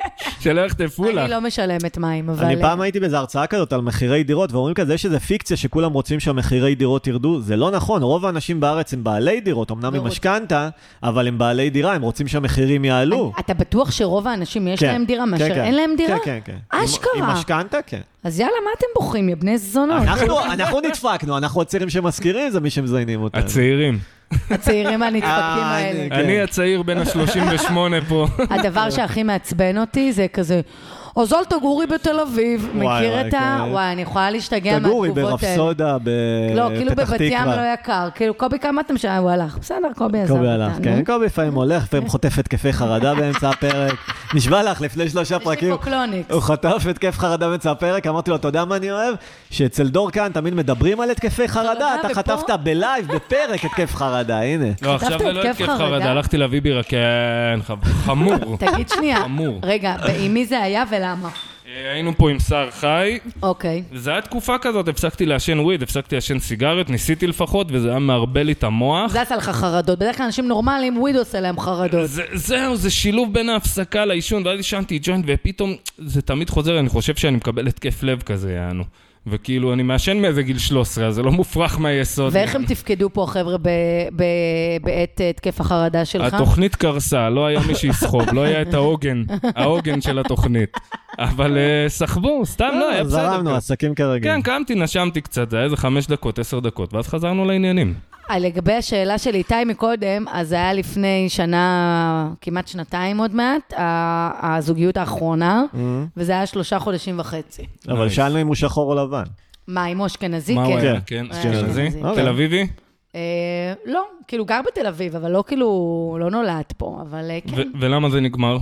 שלא יחטפו לך. אני לא משלמת מים, אבל... אני פעם הייתי באיזו הרצאה כזאת על מחירי דירות, ואומרים כזה, יש איזו פיקציה שכולם רוצים שהמחירי דירות ירדו. זה לא נכון, רוב האנשים בארץ הם בעלי דירות, אמנם הם משכנתה, אבל הם בעלי דירה, הם רוצים שהמחירים יעלו. אתה בטוח שרוב האנשים יש להם דירה, מאשר אין להם דירה? כן, כן, כן. אשכרה. עם משכנתה, כן. אז יאללה, מה אתם בוחרים, יא בני זונות? אנחנו נדפקנו, אנחנו הצעירים שמזכירים, זה מי שמזיינים אותם. הצעירים. הצעירים הנדפקים האלה. אני הצעיר בין ה-שלושים ושמונה פה. הדבר שהכי מעצבן אותי זה כזה, אז אל תגורי בתל אביב, מכיר את ה... וואי, אני יכולה להשתגע מהתגובות האלה. תגורי ברפסודה, בפתח תקווה. לא, כאילו בבת ים לא יקר. כאילו, קובי, כמה אתה משנה? הוא הלך. בסדר, קובי עזב. קובי הלך, כן. קובי לפעמים הולך, לפעמים חוטף התקפי חרדה באמצע הפרק. נשבע לך, לפני שלושה פרקים. יש לי פוקלוניקס. הוא חטף התקף חרדה באמצע הפרק, אמרתי לו, אתה יודע מה אני אוהב? שאצל דור כאן תמיד מדברים על התקפי חרדה, אתה חטפת בלייב, בפרק התקף חרדה, הנה. לא, עכשיו זה לא התקף חרדה, הלכתי להביא בירה, כן, חמור. תגיד שנייה, רגע, עם מי זה היה ולמה? היינו פה עם שר חי. אוקיי. וזה היה תקופה כזאת, הפסקתי לעשן וויד, הפסקתי לעשן סיגריות, ניסיתי לפחות, וזה היה מערבל לי את המוח. זה עשה לך חרדות. בדרך כלל אנשים נורמליים, וויד עושה להם חרדות. זהו, זה שילוב בין ההפסקה לעישון, ואז עישנתי ג'וינט, ופתאום זה תמיד חוזר, אני חושב שאני מקבל התקף לב כזה, יענו. וכאילו, אני מעשן מאיזה גיל שלוש עשרה, אז זה לא מופרך מהיסוד. ואיך הם תפקדו פה, חבר'ה, בעת תקף החרדה שלך? התוכנית קרסה, לא היה מי שיסחוב, לא היה את העוגן, העוגן של התוכנית. אבל סחבו, סתם לא, היה בסדר. זרמנו, עסקים כרגע. כן, קמתי, נשמתי קצת, זה היה איזה חמש דקות, עשר דקות, ואז חזרנו לעניינים. לגבי השאלה של איתי מקודם, אז זה היה לפני שנה, כמעט שנתיים עוד מעט, הזוגיות האחרונה, וזה היה שלושה חודשים וחצי. אבל שאלנו אם הוא שחור או לבן. מה, אם הוא אשכנזי? מה הוא היה? כן, אשכנזי. תל אביבי? לא, כאילו גר בתל אביב, אבל לא כאילו, לא נולד פה, אבל כן. ולמה זה נגמר?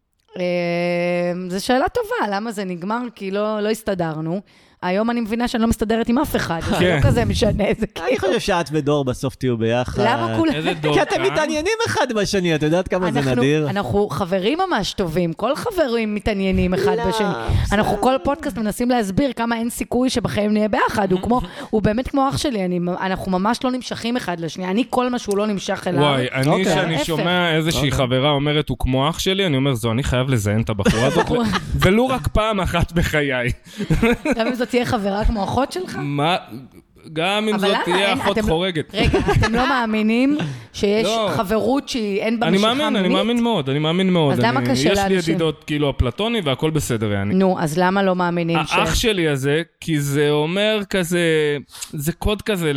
זו שאלה טובה, למה זה נגמר? כי לא הסתדרנו. היום אני מבינה שאני לא מסתדרת עם אף אחד, זה לא כזה משנה. אני חושב שאת ודור בסוף תהיו ביחד. למה כולם? כי אתם מתעניינים אחד בשני, את יודעת כמה זה נדיר? אנחנו חברים ממש טובים, כל חברים מתעניינים אחד בשני. אנחנו כל פודקאסט מנסים להסביר כמה אין סיכוי שבחיים נהיה ביחד, הוא באמת כמו אח שלי, אנחנו ממש לא נמשכים אחד לשני, אני כל מה שהוא לא נמשך אליו. וואי, אני שאני שומע איזושהי חברה אומרת, הוא כמו אח שלי, אני אומר, זו, אני חייב לזיין את הבחורה הזאת, ולא רק פעם אחת בחיי. גם אם זאת תהיה חברה כמו אחות שלך? מה? גם אם זאת תהיה אחות חורגת. רגע, אתם לא מאמינים שיש חברות שהיא אין בה משיכה מינית? אני מאמין, אני מאמין מאוד, אני מאמין מאוד. אז למה קשה לאנשים? יש לי ידידות כאילו אפלטוני והכל בסדר, יעני. נו, אז למה לא מאמינים ש... האח שלי הזה, כי זה אומר כזה, זה קוד כזה,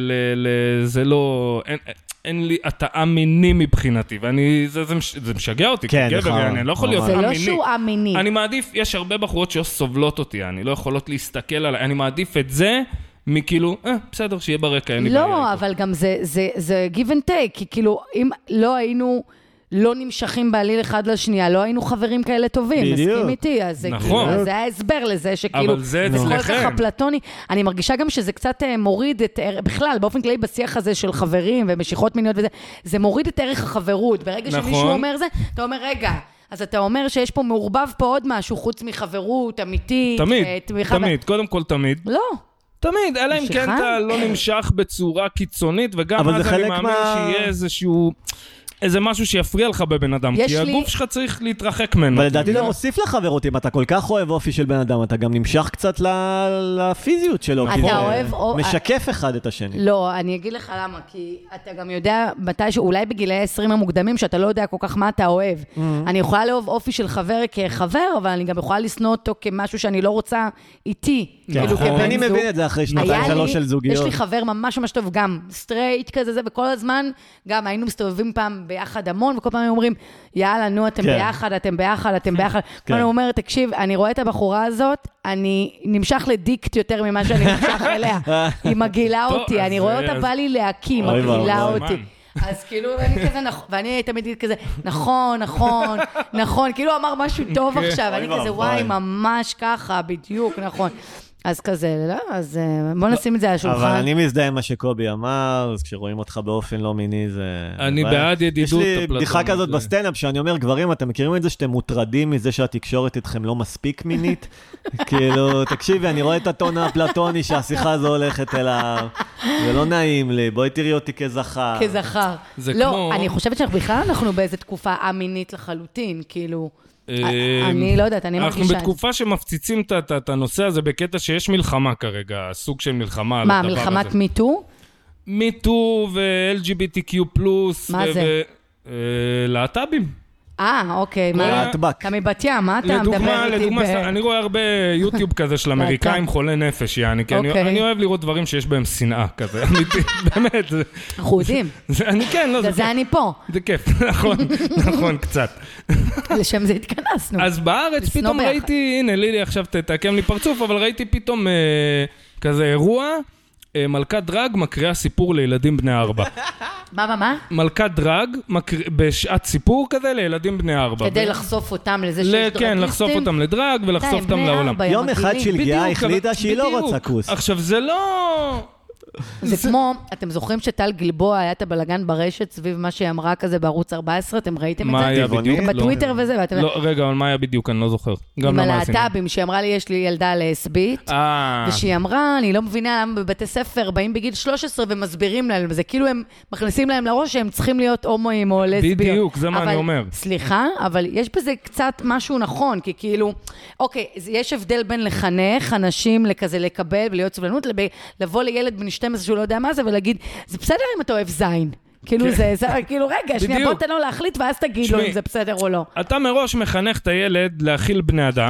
זה לא... אין לי התאה מיני מבחינתי, ואני, זה, זה, זה משגע אותי, כן, כי גבר, אני לא יכול להיות זה המיני. לא שהוא המיני. אני מעדיף, יש הרבה בחורות שסובלות אותי, אני לא יכולות להסתכל עליי, אני מעדיף את זה, מכאילו, אה, בסדר, שיהיה ברקע, אין לי בעיה. לא, אבל גם זה, זה, זה give and take, כי כאילו, אם לא היינו... לא נמשכים בעליל אחד לשנייה, לא היינו חברים כאלה טובים, מסכים איתי, אז זה, נכון. כאילו, זה היה הסבר לזה שכאילו, אבל זה זה כל אצלכם. כך אפלטוני, אני מרגישה גם שזה קצת מוריד את, בכלל, באופן כללי בשיח הזה של חברים ומשיכות מיניות וזה, זה מוריד את ערך החברות, ברגע נכון. שמישהו אומר זה, אתה אומר, רגע, אז אתה אומר שיש פה מעורבב פה עוד משהו, חוץ מחברות, אמיתית, תמיד, תמיכה תמיד, ב... קודם כל תמיד. לא. תמיד, אלא אם כן אתה לא נמשך בצורה קיצונית, וגם אז אני מאמין מה... שיהיה איזשהו... איזה משהו שיפריע לך בבן אדם, כי לי... הגוף שלך צריך להתרחק ממנו. ולדעתי זה מוסיף לחברות, אם אתה כל כך אוהב אופי של בן אדם, אתה גם נמשך קצת לפיזיות שלו, כי זה משקף אחד את השני. לא, אני אגיד לך למה, כי אתה גם יודע, מתישהו, אולי בגילי העשרים המוקדמים, שאתה לא יודע כל כך מה אתה אוהב. אני יכולה לאהוב אופי של חבר כחבר, אבל אני גם יכולה לשנוא אותו כמשהו שאני לא רוצה איתי. אני מבין את זה אחרי שנתיים שלוש של זוגיות. יש לי חבר ממש ממש טוב, גם סטרייט כזה, וכל הזמן, גם היינו מסתובבים פעם ביחד המון, וכל פעם הם אומרים, יאללה, נו, אתם ביחד, אתם ביחד, אתם ביחד. כל פעם אומר, תקשיב, אני רואה את הבחורה הזאת, אני נמשך לדיקט יותר ממה שאני נמשך אליה. היא מגעילה אותי, אני רואה אותה, בא לי להקים, מגעילה אותי. אז כאילו, אני כזה, ואני תמיד כזה, נכון, נכון, נכון, כאילו אמר משהו טוב עכשיו, אני כזה, וואי, ממש ככה, בדיוק, נכון. אז כזה, לא? אז בוא נשים את זה על השולחן. אבל אני מזדהה עם מה שקובי אמר, אז כשרואים אותך באופן לא מיני זה... אני בעד ידידות. יש לי בדיחה כזאת בסטנדאפ, שאני אומר, גברים, אתם מכירים את זה שאתם מוטרדים מזה שהתקשורת איתכם לא מספיק מינית? כאילו, תקשיבי, אני רואה את הטון הפלטוני שהשיחה הזו הולכת אליו, זה לא נעים לי, בואי תראי אותי כזכר. כזכר. לא, אני חושבת שבכלל אנחנו באיזו תקופה אמינית לחלוטין, כאילו... אני לא יודעת, אני מרגישה... אנחנו בתקופה שמפציצים את הנושא הזה בקטע שיש מלחמה כרגע, סוג של מלחמה. מה, מלחמת מיטו? מיטו ו-אל ג'י בי טי קיו פלוס. מה זה? להט"בים. אה, אוקיי. אתה מבת ים, מה אתה מדבר איתי ב... אני רואה הרבה יוטיוב כזה של אמריקאים חולי נפש, יעני, כי אני אוהב לראות דברים שיש בהם שנאה כזה, אמיתי, באמת. אנחנו יודעים. אני כן, לא, זה אני פה. זה כיף, נכון, נכון, קצת. לשם זה התכנסנו. אז בארץ פתאום ראיתי, הנה, לילי עכשיו תעקם לי פרצוף, אבל ראיתי פתאום כזה אירוע, מלכת דרג מקריאה סיפור לילדים בני ארבע. מה, מה, מה? מלכת דרג בשעת סיפור כזה לילדים בני ארבע. כדי לחשוף אותם לזה שיש דרגיסטים? כן, לחשוף אותם לדרג ולחשוף אותם לעולם. יום אחד שלגיה החליטה שהיא לא רוצה כוס. עכשיו, זה לא... זה כמו, אתם זוכרים שטל גלבוע היה את הבלגן ברשת סביב מה שהיא אמרה כזה בערוץ ארבע עשרה, אתם ראיתם את זה? מה היה בדיוק? בטוויטר וזה. לא, רגע, אבל מה היה בדיוק? אני לא זוכר. עם הלהט"בים, שהיא אמרה לי, יש לי ילדה לסבית, ושהיא אמרה, אני לא מבינה למה בבתי ספר באים בגיל שלוש עשרה ומסבירים להם, זה כאילו הם מכניסים להם לראש שהם צריכים להיות הומואים או לסביות. בדיוק, זה מה אני אומר. סליחה, אבל יש בזה קצת משהו נכון, כי כאילו, אוקיי, יש הבדל בין לחנך אנשים לכזה לקבל ולהיות סבלנות, לבוא לילד בן שתים עשרה שהוא לא יודע מה זה, ולהגיד, זה בסדר אם אתה אוהב זין. כאילו זה, כאילו רגע, שנייה, בוא תן לו להחליט, ואז תגיד לו אם זה בסדר או לא. אתה מראש מחנך את הילד להכיל בני אדם,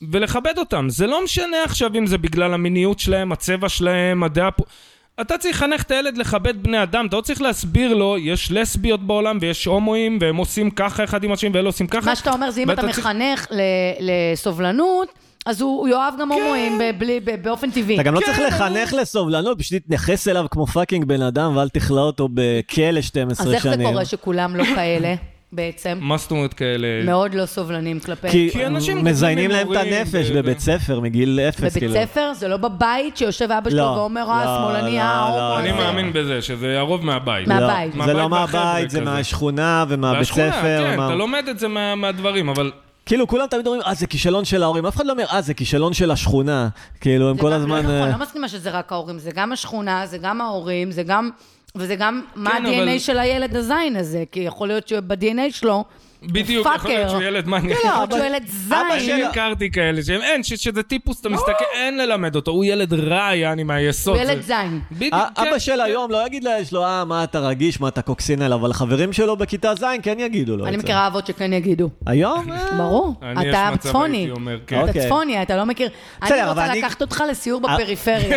ולכבד אותם. זה לא משנה עכשיו אם זה בגלל המיניות שלהם, הצבע שלהם, הדעה... אתה צריך לחנך את הילד לכבד בני אדם, אתה לא צריך להסביר לו, יש לסביות בעולם ויש הומואים, והם עושים ככה אחד עם השני, ואלה עושים ככה. מה שאתה אומר זה אם אתה מחנך לסובלנות, אז הוא יאהב גם הומואים באופן טבעי. אתה גם לא צריך לחנך לסובלנות, פשוט תתנחס אליו כמו פאקינג בן אדם, ואל תכלה אותו בכלא שתים עשרה שנים. אז איך זה קורה שכולם לא כאלה? בעצם. מה זאת אומרת כאלה? מאוד לא סובלנים כלפי. כי אנשים מזיינים להם את הנפש בבית ספר, מגיל אפס. בבית ספר? זה לא בבית שיושב אבא שלו ואומר, אה, שמאלני, אה, אני מאמין בזה, שזה הרוב מהבית. מהבית. זה לא מהבית, זה מהשכונה ומהבית ספר. כן, אתה לומד את זה מהדברים, אבל... כאילו, כולם תמיד אומרים, אה, זה כישלון של ההורים. אף אחד לא אומר, אה, זה כישלון של השכונה. כאילו, הם כל הזמן... נכון, לא מסכימה שזה רק ההורים, זה גם השכונה, זה גם ההורים, זה גם... וזה גם מה ה-די אן איי של הילד הזין הזה, כי יכול להיות שב-די אן איי שלו, בדיוק, יכול להיות שהוא ילד מעניין. יכול להיות שהוא ילד זין. אני הכרתי כאלה, שהם אין, שזה טיפוס, אתה מסתכל, אין ללמד אותו, הוא ילד רע, יעני מהיסוד. הוא ילד זין. אבא של היום לא יגיד לו, אה, מה אתה רגיש, מה אתה קוקסין אליו, אבל החברים שלו בכיתה זין כן יגידו לו. אני מכירה אבות שכן יגידו. היום? ברור. אתה צפוני. אתה צפוני, אתה לא מכיר. אני רוצה לקחת אותך לסיור בפריפריה.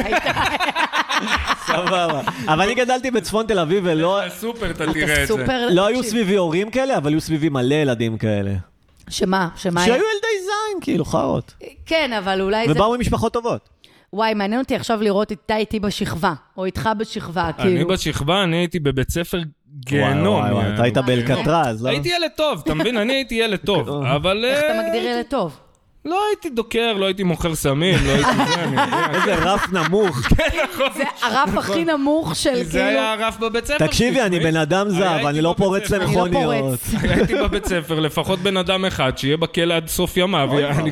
סבבה. אבל אני גדלתי בצפון תל אביב ולא... סופר, אתה תראה את זה. לא היו סביבי הורים כאלה, אבל היו סביבי מלא ילדים כאלה. שמה? שמה? שהיו ילדי זין, כאילו, חרות. כן, אבל אולי זה... ובאו עם משפחות טובות. וואי, מעניין אותי עכשיו לראות איתה איתי בשכבה, או איתך בשכבה, כאילו. אני בשכבה, אני הייתי בבית ספר גיהנום. וואי, וואי, אתה היית באלקטרז, לא? הייתי ילד טוב, אתה מבין? אני הייתי ילד טוב, אבל... איך אתה מגדיר ילד טוב? לא הייתי דוקר, לא הייתי מוכר סמים, לא הייתי זה, אני יודע. איזה רף נמוך. כן, נכון. זה הרף הכי נמוך של כאילו... זה היה הרף בבית ספר. תקשיבי, אני בן אדם זהב, אני לא פורץ למכוניות. הייתי בבית ספר, לפחות בן אדם אחד, שיהיה בכלא עד סוף ימיו.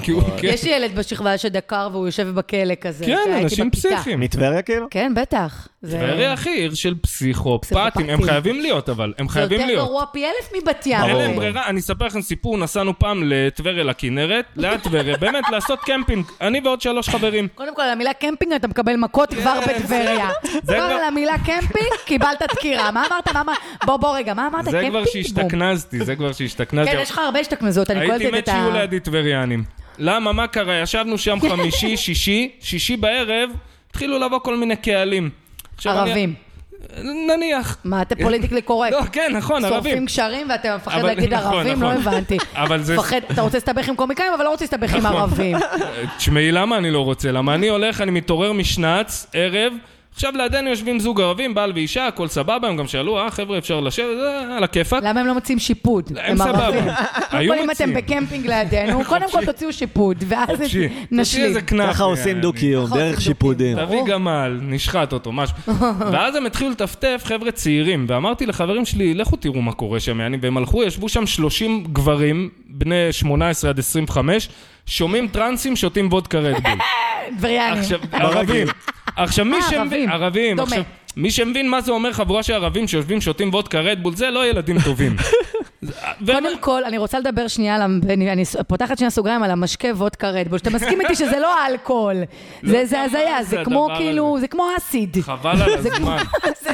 יש ילד בשכבה שדקר והוא יושב בכלא כזה. כן, אנשים פסיכיים. מטבריה כאילו? כן, בטח. טבריה הכי עיר של פסיכופטים, הם חייבים להיות, אבל הם חייבים להיות. זה יותר גרוע פי אלף מבת ים. אין להם ברירה, אני אספר לכם סיפור, נסענו פעם לטבריה לכנרת, ליד טבריה, באמת לעשות קמפינג, אני ועוד שלוש חברים. קודם כל, למילה קמפינג אתה מקבל מכות כבר בטבריה. כל למילה קמפינג, קיבלת דקירה. מה אמרת? בוא, בוא רגע, מה אמרת? זה כבר שהשתכנזתי, זה כבר שהשתכנזתי. כן, יש לך הרבה השתכנזות, אני קולטת את ה... הייתי מת שיהיו לידי טבריאנים. למה? מה קרה? ישבנו שם חמישי, שישי, שישי בערב, התחילו לבוא כל מיני קהלים. ערבים. נניח. מה, אתה פוליטיקלי קורקט? לא, כן, נכון, ערבים. שורפים קשרים ואתה מפחד להגיד ערבים, לא הבנתי. אתה רוצה להסתבך עם קומיקאים, אבל לא רוצה להסתבך עם ערבים. תשמעי, למה אני לא רוצה? למה אני הולך, אני מתעורר משנץ, ערב, עכשיו לידינו יושבים זוג ערבים, בעל ואישה, הכל סבבה, הם גם שאלו, אה, חבר'ה, אפשר לשבת, זה על הכיפק. למה הם לא מציעים שיפוד? הם סבבה. היו מציעים. אם אתם בקמפינג לידינו, קודם כל תוציאו שיפוד, ואז נשלים. ככה עושים דו-קיום, דרך שיפודים. תביא גמל, נשחט אותו, משהו. ואז הם התחילו לטפטף חבר'ה צעירים, ואמרתי לחברים שלי, לכו תראו מה קורה שם, והם הלכו, ישבו שם שלושים גברים, בני שמונה עשרה עד עשרים וחמש, שומעים טרנסים, שותים וודקה רדבול. בריאנים. ערבים. עכשיו מי שמבין, ערבים, עכשיו מי שמבין מה זה אומר חבורה של ערבים שיושבים שותים וודקה רדבול, זה לא ילדים טובים. קודם כל, אני רוצה לדבר שנייה, אני פותחת שנייה סוגריים על המשקה וודקה רדבול, שאתה מסכים איתי שזה לא אלכוהול, זה הזיה, זה כמו כאילו, זה כמו אסיד. חבל על הזמן.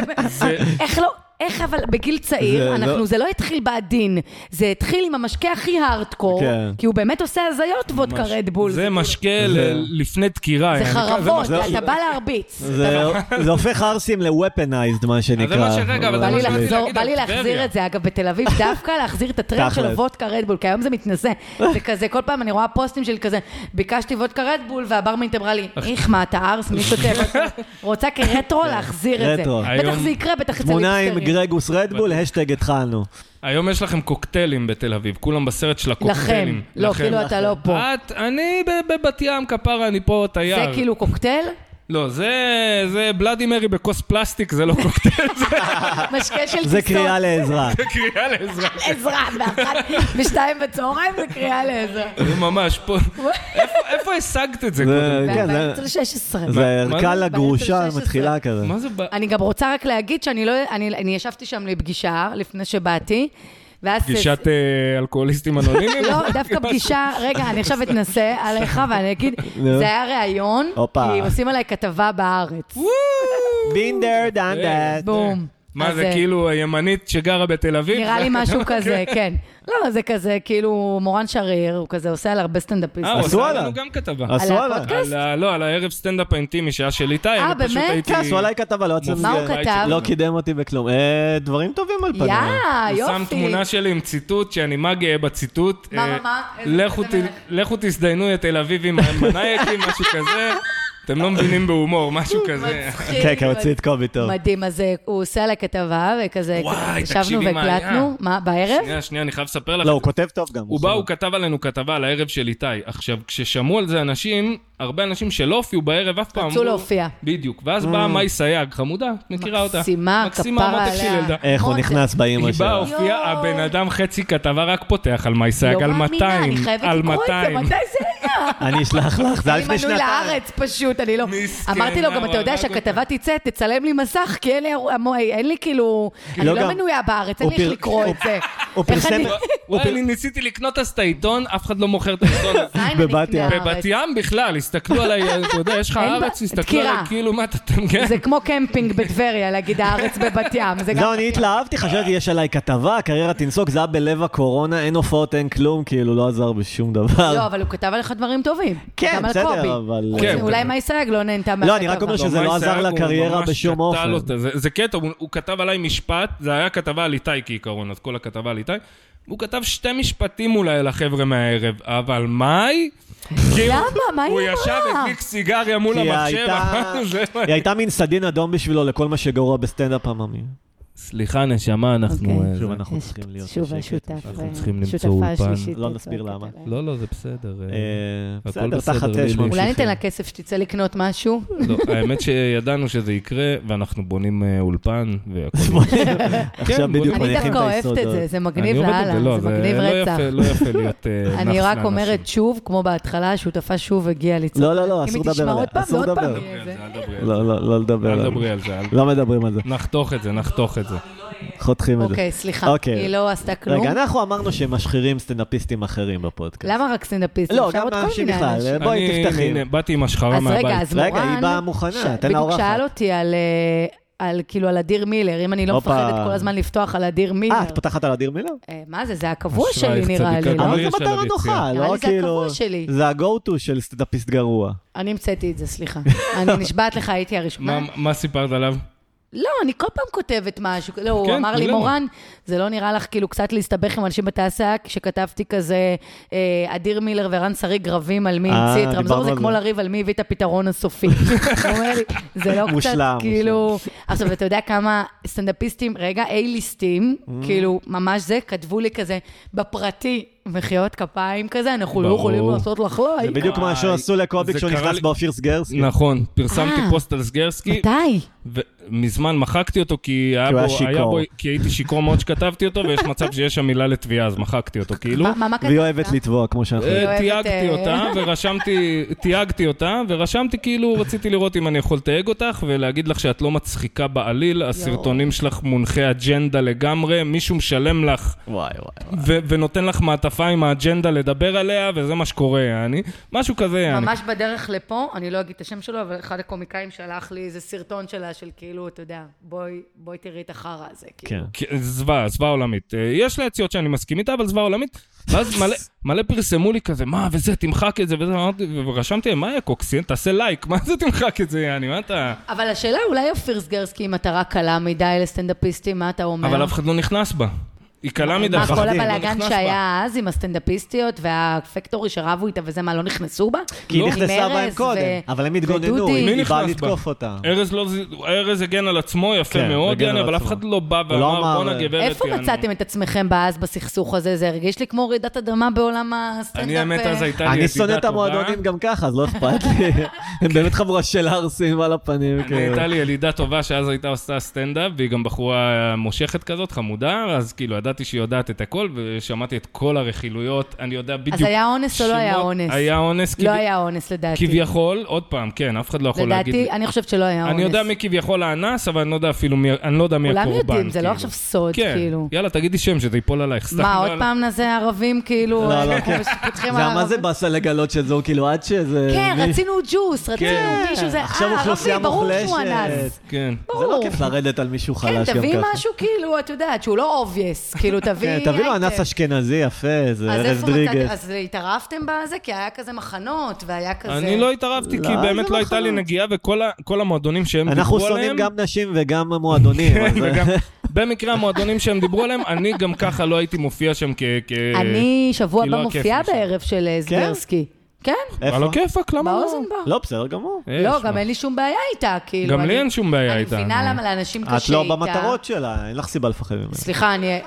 איך לא... איך אבל בגיל צעיר, אנחנו, זה לא התחיל בעדין, זה התחיל עם המשקה הכי הארדקור, כי הוא באמת עושה הזיות וודקה רדבול. זה משקה לפני דקירה. זה חרבות, אתה בא להרביץ. זה הופך ארסים ל-weaponized, מה שנקרא. בא לי להחזיר את זה, אגב, בתל אביב, דווקא להחזיר את הטרנד של וודקה רדבול, כי היום זה מתנשא. זה כזה, כל פעם אני רואה פוסטים של כזה, ביקשתי וודקה רדבול, והברמנית אמרה לי, איך מה, אתה ארס, מי שותה? רוצה כרטרו להחזיר את זה. בטח זה יקרה, בטח יצא לי גרגוס רדבול, השטג התחלנו. היום יש לכם קוקטיילים בתל אביב, כולם בסרט של הקוקטיילים. לכם, לא, כאילו אתה לא פה. אני בבת ים, כפרה, אני פה תייר. זה כאילו קוקטייל? לא, זה בלאדי מרי בכוס פלסטיק, זה לא קוקטייל. משקה של כיסות. זה קריאה לעזרה. זה קריאה לעזרה. עזרה, באחת, בשתיים בצהריים זה קריאה לעזרה. זה ממש פה. איפה השגת את זה? ב-אלפיים ושש עשרה. זה ערכה לגרושה, מתחילה כזה. אני גם רוצה רק להגיד שאני ישבתי שם לפגישה לפני שבאתי, פגישת אלכוהוליסטים אנונימיים? לא, דווקא פגישה, רגע, אני עכשיו אתנסה עליך ואני אגיד, זה היה ראיון, כי עושים עליי כתבה בארץ. Been there, done that. בום. מה זה, כאילו הימנית שגרה בתל אביב? נראה לי משהו כזה, כן. לא, זה כזה, כאילו, מורן שריר, הוא כזה עושה על הרבה סטנדאפיסט. אה, הוא עושה לנו גם כתבה. עשו על הפודקאסט? לא, על הערב סטנדאפ האינטימי שהיה של איתי. אה, באמת? עשו עליי כתבה, לא מה הוא כתב? לא קידם אותי בכלום. דברים טובים על פניו. יא, יופי. שם תמונה שלי עם ציטוט, שאני מה גאה בציטוט. מה, מה, מה? לכו תזדיינו את תל אביב עם המנייקים, משהו כזה. אתם לא מבינים בהומור, משהו כזה. כן, כן, הוציא את קובי טוב. מדהים, אז הוא עושה עליי כתבה, וכזה, ישבנו והקלטנו, מה, בערב? שנייה, שנייה, אני חייב לספר לך. לא, הוא כותב טוב גם. הוא בא, הוא כתב עלינו כתבה על הערב של איתי. עכשיו, כששמעו על זה אנשים, הרבה אנשים שלא הופיעו בערב אף פעם. רצו להופיע. בדיוק, ואז באה מאי סייג, חמודה, מכירה אותה. מקסימה, כפרה עליה. איך הוא נכנס באמא שלה. היא באה, הופיעה, הבן אדם חצי כתבה רק פותח על מאי סייג, על מאתיים, על מאתיים. מתי זה היה? אני אשלח לך, זה היה לפני שנתיים. אני מנוי לארץ פשוט, אני לא... אמרתי לו, גם אתה יודע שהכתבה תצא, תצלם לי מסך, כי אין לי כאילו... אני לא מנויה בארץ, אין לי איך לקרוא את זה. הוא פרסם... אני ניסיתי לקנות אז את העיתון, אף אחד לא מוכר את העיתון. בבת ים. בבת ים בכלל, הסתכלו עליי, אתה יודע, יש לך הארץ, הסתכלו עליי, כאילו מה אתה תמגן. זה כמו קמפינג בטבריה, להגיד הארץ בבת ים. לא, אני התלהבתי, חשבתי, יש עליי כתבה, קריירה תנסוק, זה היה בלב הקורונה, אין הופעות, אין כלום, כאילו לא עזר בשום דבר. לא, אבל הוא כתב עליך דברים טובים. כן, בסדר, אבל... אולי מאי סייג לא נהנתה מהכתבה. לא, אני רק אומר שזה לא עזר לקריירה בשום אופן. זה קטע, הוא כתב עליי משפט, זה היה כתבה על איתי כעיקרון, אז כל הכתבה על איתי. הוא כתב שתי משפטים אולי לחבר'ה מהערב, אבל מאי? למה? מה היא אמרה? הוא ישב הדליק סיגריה מול המחשב. היא הייתה מין סדין אדום בשבילו לכל מה שגרוע בסטנדאפ עממי. סליחה, נשמה, אנחנו... שוב, אנחנו צריכים להיות שוב, השותף. אנחנו צריכים למצוא אולפן. לא נסביר למה. לא, לא, זה בסדר. בסדר, תחת אש. אולי ניתן לה כסף שתצא לקנות משהו? לא, האמת שידענו שזה יקרה, ואנחנו בונים אולפן. עכשיו בדיוק אני דווקא אוהבת את זה, זה מגניב לאללה, זה מגניב רצח. לא יפה להיות... אני רק אומרת שוב, כמו בהתחלה, השותפה שוב הגיעה לצאת. לא, לא, לא, אסור לדבר עליה. אסור לדבר. לא, לא לדבר עליה. לא מדברים על זה. נחתוך את זה, נחתוך את זה. חותכים את זה. אוקיי, סליחה, היא לא עשתה כלום. רגע, אנחנו אמרנו שמשחירים סטנדאפיסטים אחרים בפודקאסט. למה רק סטנדאפיסטים? לא, גם אנשים בכלל, בואי תפתחי. אני באתי עם השחרה מהבית. רגע, היא באה מוכנה, תן לה אורחת. בדיוק שאל אותי על... על כאילו על אדיר מילר, אם אני לא מפחדת כל הזמן לפתוח על אדיר מילר. אה, את פותחת על אדיר מילר? מה זה? זה הקבוע שלי נראה לי. אבל זה מטרה נוחה, לא כאילו... זה ה-go-to של סטנדאפיסט גרוע. אני המצאתי את זה, סליחה. אני נשבעת לך, הייתי הראשונה. מה סיפרת עליו? לא, אני כל פעם כותבת משהו. לא, הוא אמר לי, מורן, זה לא נראה לך כאילו קצת להסתבך עם אנשים בתעשייה, כשכתבתי כזה, אדיר מילר ורן שריג רבים על מי המציא את רמזור, זה כמו לריב על מי הביא את הפתרון הסופי. הוא אומר לי, זה לא קצת כאילו... עכשיו, אתה יודע כמה סטנדאפיסטים, רגע, איי-ליסטים, כאילו, ממש זה, כתבו לי כזה, בפרטי, מחיאות כפיים כזה, אנחנו לא יכולים לעשות לך לייק. זה בדיוק מה שעשו לקובי כשהוא נכנס באופיר סגרסקי. נכון, פרסמתי פוסט על סגרסקי. מתי? ומזמן מחקתי אותו כי הייתי שיקרו מאוד שכתבתי אותו, ויש מצב שיש שם מילה לתביעה, אז מחקתי אותו כאילו. והיא אוהבת לתבוע, כמו שאנחנו... תייגתי אותה, ורשמתי, תייגתי אותה, ורשמתי כאילו, רציתי לראות אם אני יכול לתייג אותך, ולהגיד לך שאת לא מצחיקה בעליל, הסרטונים שלך מונחי אג'נדה לגמרי, מישהו משלם לך, ונותן לך מעטפה עם האג'נדה לדבר עליה, וזה מה שקורה, אני, משהו כזה. ממש בדרך לפה, אני לא אגיד את השם שלו, אבל אחד הקומיקאים שלח לי איזה סרטון שלה, של כאילו, אתה יודע, בואי, בואי תראי את החרה הזה, כאילו. זווה, זווה עולמית. יש לה יציאות שאני מסכים איתה, אבל זווה עולמית. ואז מלא, מלא פרסמו לי כזה, מה, וזה, תמחק את זה, וזה, ורשמתי, מה היה קוקסין? תעשה לייק, מה זה תמחק את זה, יעני, מה אתה... אבל השאלה, אולי אופיר סגרסקי, אם אתה רק קלה מדי לסטנדאפיסטים, מה אתה אומר? אבל אף אחד לא נכנס בה. היא קלה מדי. מה, כל הבלגן שהיה אז עם הסטנדאפיסטיות והפקטורי שרבו איתה וזה, מה, לא נכנסו בה? כי היא נכנסה בהם קודם, אבל הם התגוננו, היא באה לתקוף אותה. ארז הגן על עצמו יפה מאוד, אבל אף אחד לא בא ואמר, בוא נגברת. איפה מצאתם את עצמכם באז בסכסוך הזה? זה הרגיש לי כמו רעידת אדמה בעולם הסטנדאפ. אני האמת אז הייתה לי ידידה טובה. אני שונא את המועדונים גם ככה, אז לא אכפת לי. הם באמת חבורה של הרסים על הפנים. הייתה לי ילידה טובה שאז הייתה עושה סטנדאפ, והיא גם בחורה מושכת כזאת, חמודה, אז כאילו ידעתי שהיא יודעת את הכל, ושמעתי את כל הרכילויות, אני יודע בדיוק... אז היה אונס או לא היה אונס? היה אונס. לא היה אונס, לדעתי. כביכול, עוד פעם, כן, אף אחד לא יכול להגיד... לדעתי, אני חושבת שלא היה אונס. אני יודע מי כביכול האנס, אבל אני לא יודע אפילו מי, אני לא יודע מי הקורבן. כולם יודעים, זה לא עכשיו סוד, כאילו. יאללה, תגידי שם, שזה ייפול עלייך. מה, עוד פעם נזה ערבים, כאילו... לא, לא, כן. זה מה זה בסה לגלות שזו, כאילו, עד שזה... כן, רצינו ג'וס, רצינו מישהו, זה... עכשיו אוכלוסייה מוחלשת. כן. זה לא כיף לרדת על מישהו חלש גם ככה. כן, תביא משהו כאילו, את יודעת, שהוא לא obvious, כאילו תביא... תביא לו אנס אשכנזי יפה, זה ארז דריגס. אז התערבתם בזה? כי היה כזה מחנות, והיה כזה... אני לא התערבתי, כי באמת לא הייתה לי נגיעה, וכל המועדונים שהם דיברו עליהם... אנחנו שונאים גם נשים וגם מועדונים. במקרה המועדונים שהם דיברו עליהם, אני גם ככה לא הייתי מופיע שם כ... אני שבוע הבא מופיעה בערב של סברסקי. כן? על הכיפק, למה לא? באוזן בה. לא, בסדר גמור. לא, גם אין לי שום בעיה איתה, כאילו. גם לי אין שום בעיה איתה. אני מבינה למה לאנשים קשה איתה. את לא במטרות שלה, אין לך סיבה לפחד ממנה. סליחה, אני...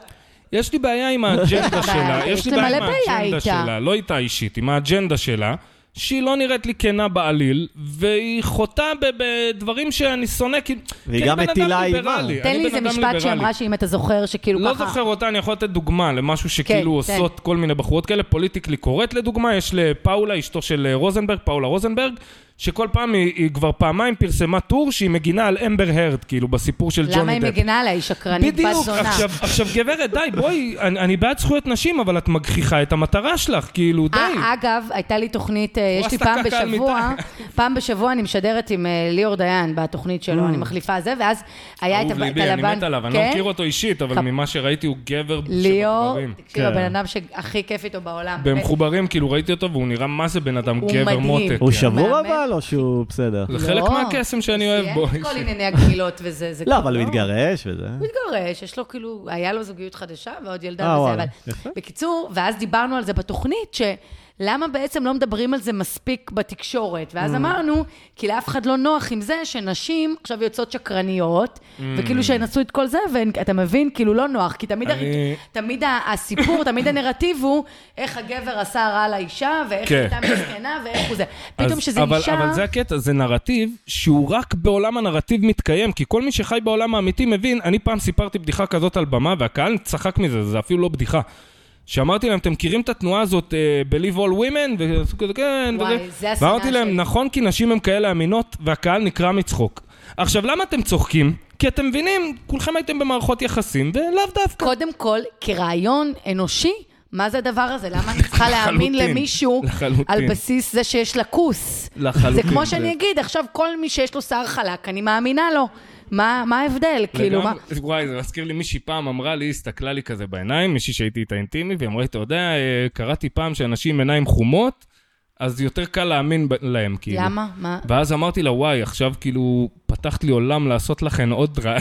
יש לי בעיה עם האג'נדה שלה. יש לי מלא בעיה איתה. לא איתה אישית, עם האג'נדה שלה. שהיא לא נראית לי כנה בעליל, והיא חוטאה בדברים שאני שונא, כי והיא גם מטילה אימה. תן לי איזה משפט שאמרה שאם אתה זוכר שכאילו ככה... לא זוכר אותה, אני יכול לתת דוגמה למשהו שכאילו עושות כל מיני בחורות כאלה, פוליטיקלי קורט לדוגמה, יש לפאולה, אשתו של רוזנברג, פאולה רוזנברג, שכל פעם היא, היא כבר פעמיים פרסמה טור שהיא מגינה על אמבר הרד, כאילו בסיפור של ג'וני דפ. למה היא מגינה עליה? היא שקרנית בת זונה. בדיוק, עכשיו, עכשיו גברת, די, בואי, אני, אני בעד זכויות נשים, אבל את מגחיכה את המטרה שלך, כאילו, די. אגב, הייתה לי תוכנית, יש לי פעם בשבוע, פעם בשבוע אני משדרת עם ליאור דיין בתוכנית שלו, אני מחליפה זה, ואז היה את הלבן. אני מת עליו, אני לא מכיר אותו אישית, אבל ממה שראיתי הוא גבר שבחברים. תקשיב, הבן אדם שהכי כיף איתו בעולם. במחוברים, כאילו ראיתי אותו, והוא נראה מה זה בן אדם גבר מותק. הוא שבור אבל או שהוא בסדר? זה חלק מהקסם שאני אוהב בו. כל ענייני הגמילות וזה. לא, אבל הוא התגרש וזה. הוא התגרש, יש לו כאילו, היה לו זוגיות חדשה ועוד ילדה וזה, אבל בקיצור, ואז דיברנו על זה בתוכנית, למה בעצם לא מדברים על זה מספיק בתקשורת? ואז אמרנו, כי לאף אחד לא נוח עם זה שנשים עכשיו יוצאות שקרניות, וכאילו שנסו את כל זה, ואתה מבין, כאילו לא נוח, כי תמיד, אני... תמיד הסיפור, תמיד הנרטיב הוא איך הגבר עשה רע לאישה, ואיך היא הייתה מסכנה, ואיך הוא זה. פתאום שזה אבל, אישה... אבל זה הקטע, זה נרטיב שהוא רק בעולם הנרטיב מתקיים, כי כל מי שחי בעולם האמיתי מבין, אני פעם סיפרתי בדיחה כזאת על במה, והקהל צחק מזה, זה אפילו לא בדיחה. שאמרתי להם, אתם מכירים את התנועה הזאת, Believe all women, ועשו כזה, כן, ואמרתי להם, נכון, כי נשים הם כאלה אמינות, והקהל נקרא מצחוק. עכשיו, למה אתם צוחקים? כי אתם מבינים, כולכם הייתם במערכות יחסים, ולאו דווקא. קודם כל, כרעיון אנושי, מה זה הדבר הזה? למה אני צריכה להאמין למישהו על בסיס זה שיש לה כוס? זה כמו שאני אגיד, עכשיו כל מי שיש לו שיער חלק, אני מאמינה לו. מה, מה ההבדל? כאילו, מה... וואי, זה מזכיר לי מישהי פעם אמרה לי, הסתכלה לי כזה בעיניים, מישהי שהייתי איתה אינטימי, והיא אמרה לי, אתה יודע, קראתי פעם שאנשים עם עיניים חומות, אז יותר קל להאמין להם, כאילו. למה? מה? ואז אמרתי לה, וואי, עכשיו כאילו, פתחת לי עולם לעשות לכן עוד רע.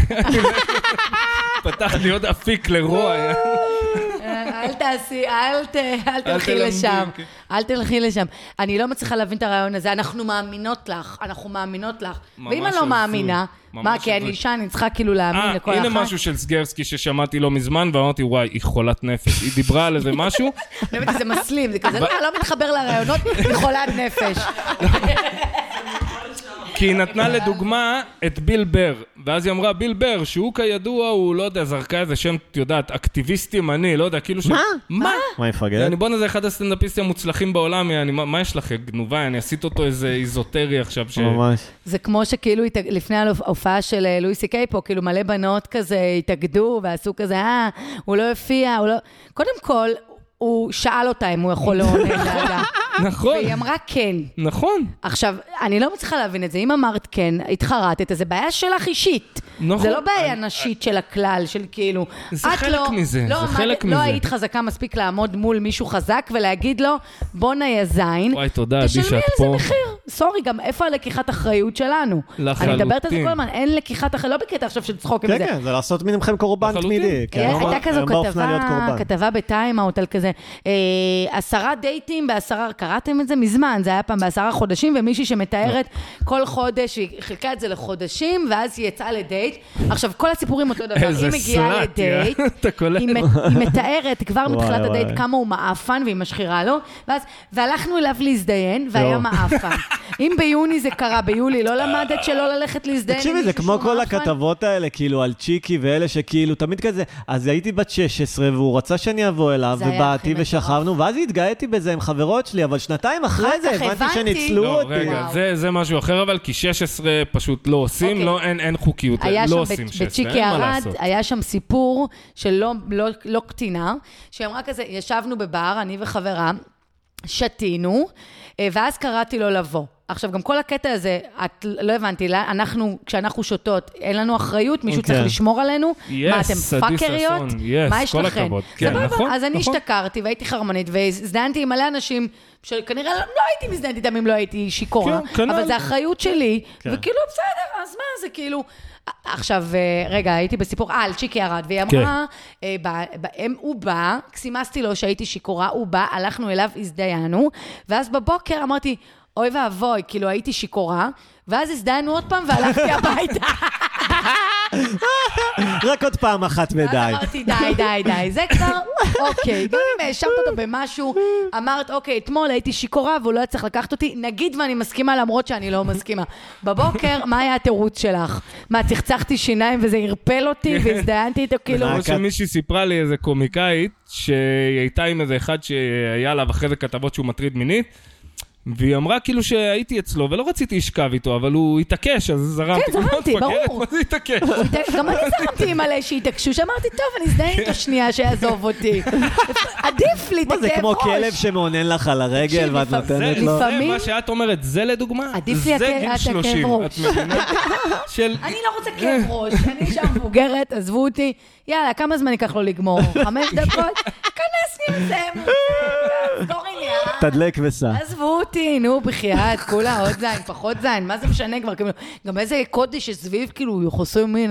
פתחת לי עוד אפיק לרוע. אל תעשי, אל תלכי לשם. אל תלכי לשם. אני לא מצליחה להבין את הרעיון הזה. אנחנו מאמינות לך, אנחנו מאמינות לך. ואם אני לא מאמינה, מה, כי אני אישה, אני צריכה כאילו להאמין לכל אחת. הנה משהו של סגרסקי ששמעתי לא מזמן, ואמרתי, וואי, היא חולת נפש. היא דיברה על איזה משהו. באמת, זה מסלים, זה כזה, לא מתחבר לרעיונות, היא חולת נפש. כי היא נתנה לדוגמה את ביל בר, ואז היא אמרה, ביל בר, שהוא כידוע, הוא לא יודע, זרקה איזה שם, את יודעת, אקטיביסטי ימני, לא יודע, כאילו ש... מה? מה? מה יפגד? אני בוא נזה אחד הסטנדאפיסטים המוצלחים בעולם, אני, מה, מה יש לך, גנובה? אני עשית אותו איזה איזוטרי עכשיו ש... ממש. זה כמו שכאילו, לפני ההופעה של לואי סי קיי פה, כאילו מלא בנות כזה התאגדו, ועשו כזה, אה, הוא לא הופיע, הוא לא... קודם כל, הוא שאל אותה אם הוא יכול לעונן לידה. נכון. והיא אמרה כן. נכון. עכשיו, אני לא מצליחה להבין את זה. אם אמרת כן, התחרטת, זה בעיה שלך אישית. נכון. זה לא בעיה נשית של הכלל, של כאילו... זה חלק מזה, זה חלק מזה. לא היית חזקה מספיק לעמוד מול מישהו חזק ולהגיד לו, בוא נהיה זין. וואי, תודה, עדי שאת פה. תשלמי על זה מחיר. סורי, גם איפה הלקיחת אחריות שלנו? לחלוטין. אני מדברת על זה כל הזמן, אין לקיחת אחריות, לא בקטע עכשיו של צחוק עם זה. כן, כן, זה לעשות מכם קורבן תמידי. הייתה כזו כתבה, כתבה בטיים אאוט על כזה, עשרה דייטים בעשרה, קראתם את זה מזמן, זה היה פעם בעשרה חודשים, ומישהי שמתארת כל חודש, היא חילקה את זה לחודשים, ואז היא יצאה לדייט. עכשיו, כל הסיפורים אותו דבר, היא מגיעה לדייט, היא מתארת כבר מתחילת הדייט כמה הוא מאפן, והיא משחירה לו, והלכנו אליו להזדיין, והיה מאפן. אם ביוני זה קרה, ביולי לא למדת שלא ללכת להזדהן. תקשיבי, זה כמו כל הכתבות האלה, כאילו, על צ'יקי ואלה שכאילו, תמיד כזה, אז הייתי בת שש עשרה, והוא רצה שאני אבוא אליו, ובאתי ושכבנו, ואז התגאיתי בזה עם חברות שלי, אבל שנתיים אחרי זה, הבנתי שניצלו אותי. רגע, זה משהו אחר, אבל כי שש עשרה פשוט לא עושים, אין חוקיות, לא עושים שש עשרה, בצ'יקי ארד, היה שם סיפור של לא קטינה, שאמרה כזה, ישבנו בבר, אני וחברה, שתינו, ואז קראתי לו לבוא. עכשיו, גם כל הקטע הזה, את לא הבנתי, אנחנו, כשאנחנו שותות, אין לנו אחריות, מישהו צריך לשמור עלינו, מה, אתם פאקריות? מה יש לכם? אז אני השתכרתי, והייתי חרמנית, והזדהנתי עם מלא אנשים, שכנראה לא הייתי מזדהנת איתם אם לא הייתי שיקורה, אבל זה האחריות שלי, וכאילו, בסדר, אז מה, זה כאילו... עכשיו, רגע, הייתי בסיפור, אה, על צ'יקי ארד, והיא אמרה, הוא בא, קסימסתי לו שהייתי שיקורה, הוא בא, הלכנו אליו, הזדיינו, ואז בבוקר אמרתי, אוי ואבוי, כאילו הייתי שיקורה, ואז הזדיינו עוד פעם והלכתי הביתה. רק עוד פעם אחת ודי. אז אמרתי, די, די, די, זה כבר, אוקיי, גם אם האשמת אותו במשהו, אמרת, אוקיי, אתמול הייתי שיקורה, והוא לא צריך לקחת אותי, נגיד ואני מסכימה, למרות שאני לא מסכימה. בבוקר, מה היה התירוץ שלך? מה, צחצחתי שיניים וזה הרפל אותי, והזדיינתי איתו, כאילו... כמו שמישהי סיפרה לי איזה קומיקאית, שהיא הייתה עם איזה אחד שהיה עליו אחרי זה כתבות שהוא מטריד מינית, והיא אמרה כאילו שהייתי אצלו, ולא רציתי לשכב איתו, אבל הוא התעקש, אז זרמתי. כן, זרמתי, ברור. מה זה התעקש? גם אני זרמתי עם מלא שהתעקשו, שאמרתי, טוב, אני אזדהה איתו שנייה שיעזוב אותי. עדיף לי, מה זה כמו כלב שמעונן לך על הרגל, ואת נותנת לו? זה מה שאת אומרת, זה לדוגמה, זה גיל שלושים. אני לא רוצה כאב ראש, אני אישה מבוגרת, עזבו אותי, יאללה, כמה זמן ייקח לו לגמור? חמש דקות? כנס לי זה, סגור עניין. תדלק וסע. עזבו אותי, נו, בחייאת, כולה עוד זין, פחות זין, מה זה משנה כבר? גם איזה קודש שסביב, כאילו, יחוסו מין...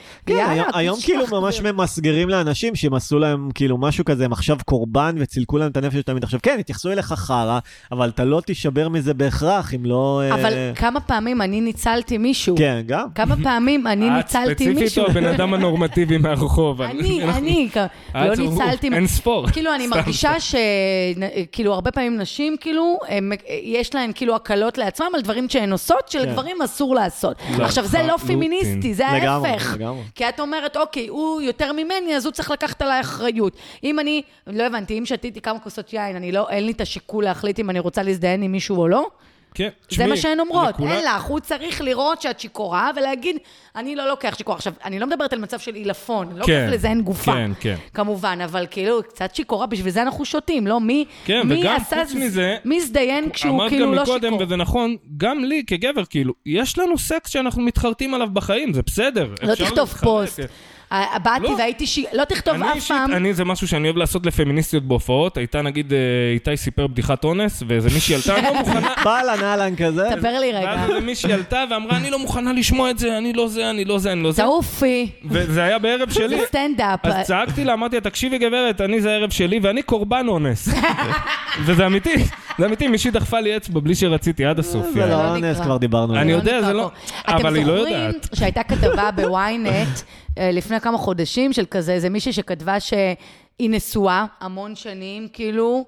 היום כאילו ממש ממסגרים לאנשים, שהם עשו להם כאילו משהו כזה, הם עכשיו קורבן, וצילקו להם את הנפש תמיד. עכשיו, כן, התייחסו אליך חרה, אבל אתה לא תישבר מזה בהכרח, אם לא... אבל כמה פעמים אני ניצלתי מישהו? כן, גם. כמה פעמים אני ניצלתי מישהו? ספציפית או בן אדם הנורמטיבי מהרחוב? אני, אני, לא ניצלתי... אין ספור. כאילו, אני מרגישה שכאילו, הרבה פעמים נשים, כאילו, יש להן כאילו הקלות לעצמם על דברים שהן עושות, שלגברים אסור לעשות. עכשיו, זה לא פמיניסטי, זה ההפך. כי את אומרת, אוקיי, הוא יותר ממני, אז הוא צריך לקחת עליי אחריות. אם אני, לא הבנתי, אם שתיתי כמה כוסות יין, אני לא, אין לי את השיקול להחליט אם אני רוצה להזדהן עם מישהו או לא. כן, זה מה שהן אומרות, אין לך, הוא צריך לראות שאת שיקורה ולהגיד, אני לא לוקח שיקורה. עכשיו, אני לא מדברת על מצב של אילפון, לא כיף לזיין גופה, כמובן, אבל כאילו, קצת שיקורה, בשביל זה אנחנו שותים, לא? מי עשה, מי זדיין כשהוא כאילו לא שיקור. אמרת גם מקודם, וזה נכון, גם לי כגבר, כאילו, יש לנו סקס שאנחנו מתחרטים עליו בחיים, זה בסדר. לא תכתוב פוסט. באתי והייתי ש... לא תכתוב אף פעם. אני, זה משהו שאני אוהב לעשות לפמיניסטיות בהופעות. הייתה, נגיד, איתי סיפר בדיחת אונס, ואיזה מישהי עלתה, אני לא מוכנה... בעלה נעלן כזה. תספר לי רגע. ואז איזה מישהי עלתה ואמרה, אני לא מוכנה לשמוע את זה, אני לא זה, אני לא זה, אני לא זה. תעופי. וזה היה בערב שלי. זה סטנדאפ. אז צעקתי לה, אמרתי, תקשיבי גברת, אני זה הערב שלי, ואני קורבן אונס. וזה אמיתי. זה אמיתי, מישהי דחפה לי אצבע בלי שרציתי עד הסוף. זה לא אונס, כבר דיברנו. אני יודע, זה לא... אבל היא לא יודעת. אתם זוכרים שהייתה כתבה בוויינט לפני כמה חודשים של כזה, זה מישהי שכתבה שהיא נשואה המון שנים, כאילו,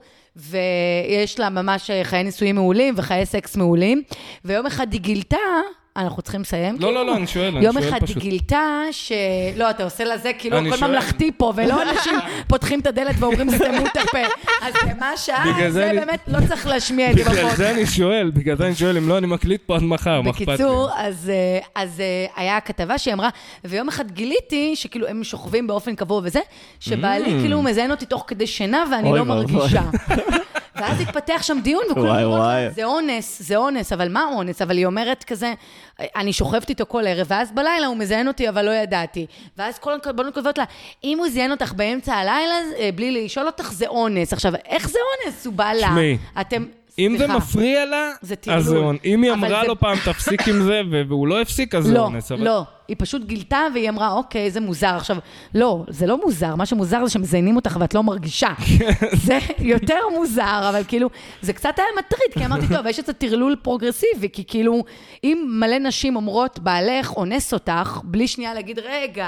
ויש לה ממש חיי נישואים מעולים וחיי סקס מעולים, ויום אחד היא גילתה, אנחנו צריכים לסיים? לא, לא, לא, אני שואל, אני שואל פשוט. יום אחד היא גילתה ש... לא, אתה עושה לזה כאילו כל ממלכתי פה, ולא אנשים פותחים את הדלת ואומרים סתמו את הפה. אז מה שעה, זה באמת לא צריך להשמיע את זה בפודקאסט. בגלל זה אני שואל, בגלל זה אני שואל, אם לא, אני מקליט פה עד מחר, מה אכפת לי? בקיצור, אז היה כתבה שהיא אמרה, ויום אחד גיליתי שכאילו הם שוכבים באופן קבוע וזה, שבעלי כאילו מזיין אותי תוך כדי שינה ואני לא מרגישה. ואז התפתח שם דיון, וכולם אומרים, זה אונס, זה אונס, אבל מה אונס? אבל היא אומרת כזה, אני שוכבת איתו כל ערב, ואז בלילה הוא מזיין אותי, אבל לא ידעתי. ואז כל בנות כותבות לה, אם הוא זיין אותך באמצע הלילה, בלי לשאול אותך, זה אונס. עכשיו, איך זה אונס? הוא בא לה. אתם... אם זה מפריע לה, אז זה אונס. אם היא אמרה לו פעם, תפסיק עם זה, והוא לא הפסיק, אז זה אונס. לא, לא. היא פשוט גילתה, והיא אמרה, אוקיי, זה מוזר. עכשיו, לא, זה לא מוזר. מה שמוזר זה שמזיינים אותך, ואת לא מרגישה. זה יותר מוזר, אבל כאילו, זה קצת היה מטריד, כי אמרתי, טוב, יש את הטרלול פרוגרסיבי, כי כאילו, אם מלא נשים אומרות, בעלך אונס אותך, בלי שנייה להגיד, רגע,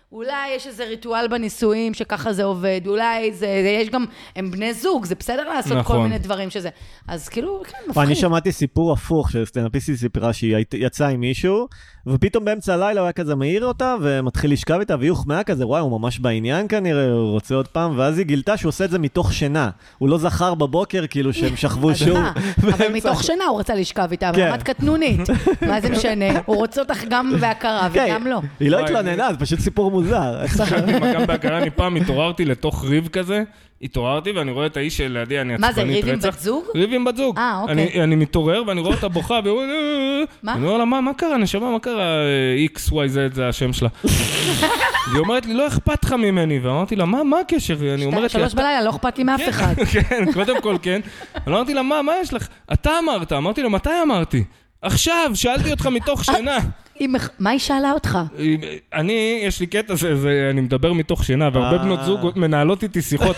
אולי יש איזה ריטואל בנישואים שככה זה עובד, אולי זה, יש גם, הם בני זוג, זה בסדר לעשות נכון. כל מיני דברים שזה. אז כאילו, כן, מפחיד. אני שמעתי סיפור הפוך, שסטנדאפיסטית סיפרה שהיא יצאה עם מישהו, ופתאום באמצע הלילה הוא היה כזה מעיר אותה, ומתחיל לשכב איתה, והיא הוחמאה כזה, וואי, הוא ממש בעניין כנראה, הוא רוצה עוד פעם, ואז היא גילתה שהוא עושה את זה מתוך שינה. הוא לא זכר בבוקר, כאילו שהם שכבו שוב. אבל מתוך שינה הוא רצה לשכב איתה, ברמת קטנונית. מה זה משנה? הוא רוצה אותך גם בהכרה וגם לא. היא לא התלוננה, זה פשוט סיפור מוזר. גם בהכרה אני פעם התעוררתי לתוך ריב כזה, התעוררתי ואני רואה את האיש שלידי, אני עצבנית רצח. מה זה, ריב עם בת זוג? ריב עם בת זוג. אה, אוקיי. אני מתעורר ואני רואה אותה בוכה, והוא... מה? אני אומר לה, מה קרה? נשמה, מה קרה? X, Y, Z, זה השם שלה. והיא אומרת לי, לא אכפת לך ממני, ואמרתי לה, מה הקשר? שלוש בלילה, לא אכפת לי מאף אחד. כן, קודם כל, כן. אמרתי לה, מה יש לך? אתה אמרת, אמרתי לה, מתי אמרתי? עכשיו, שאלתי אותך מתוך שינה. מה היא שאלה אותך? אני, יש לי קטע, אני מדבר מתוך שינה, והרבה בנות זוג מנהלות איתי שיחות.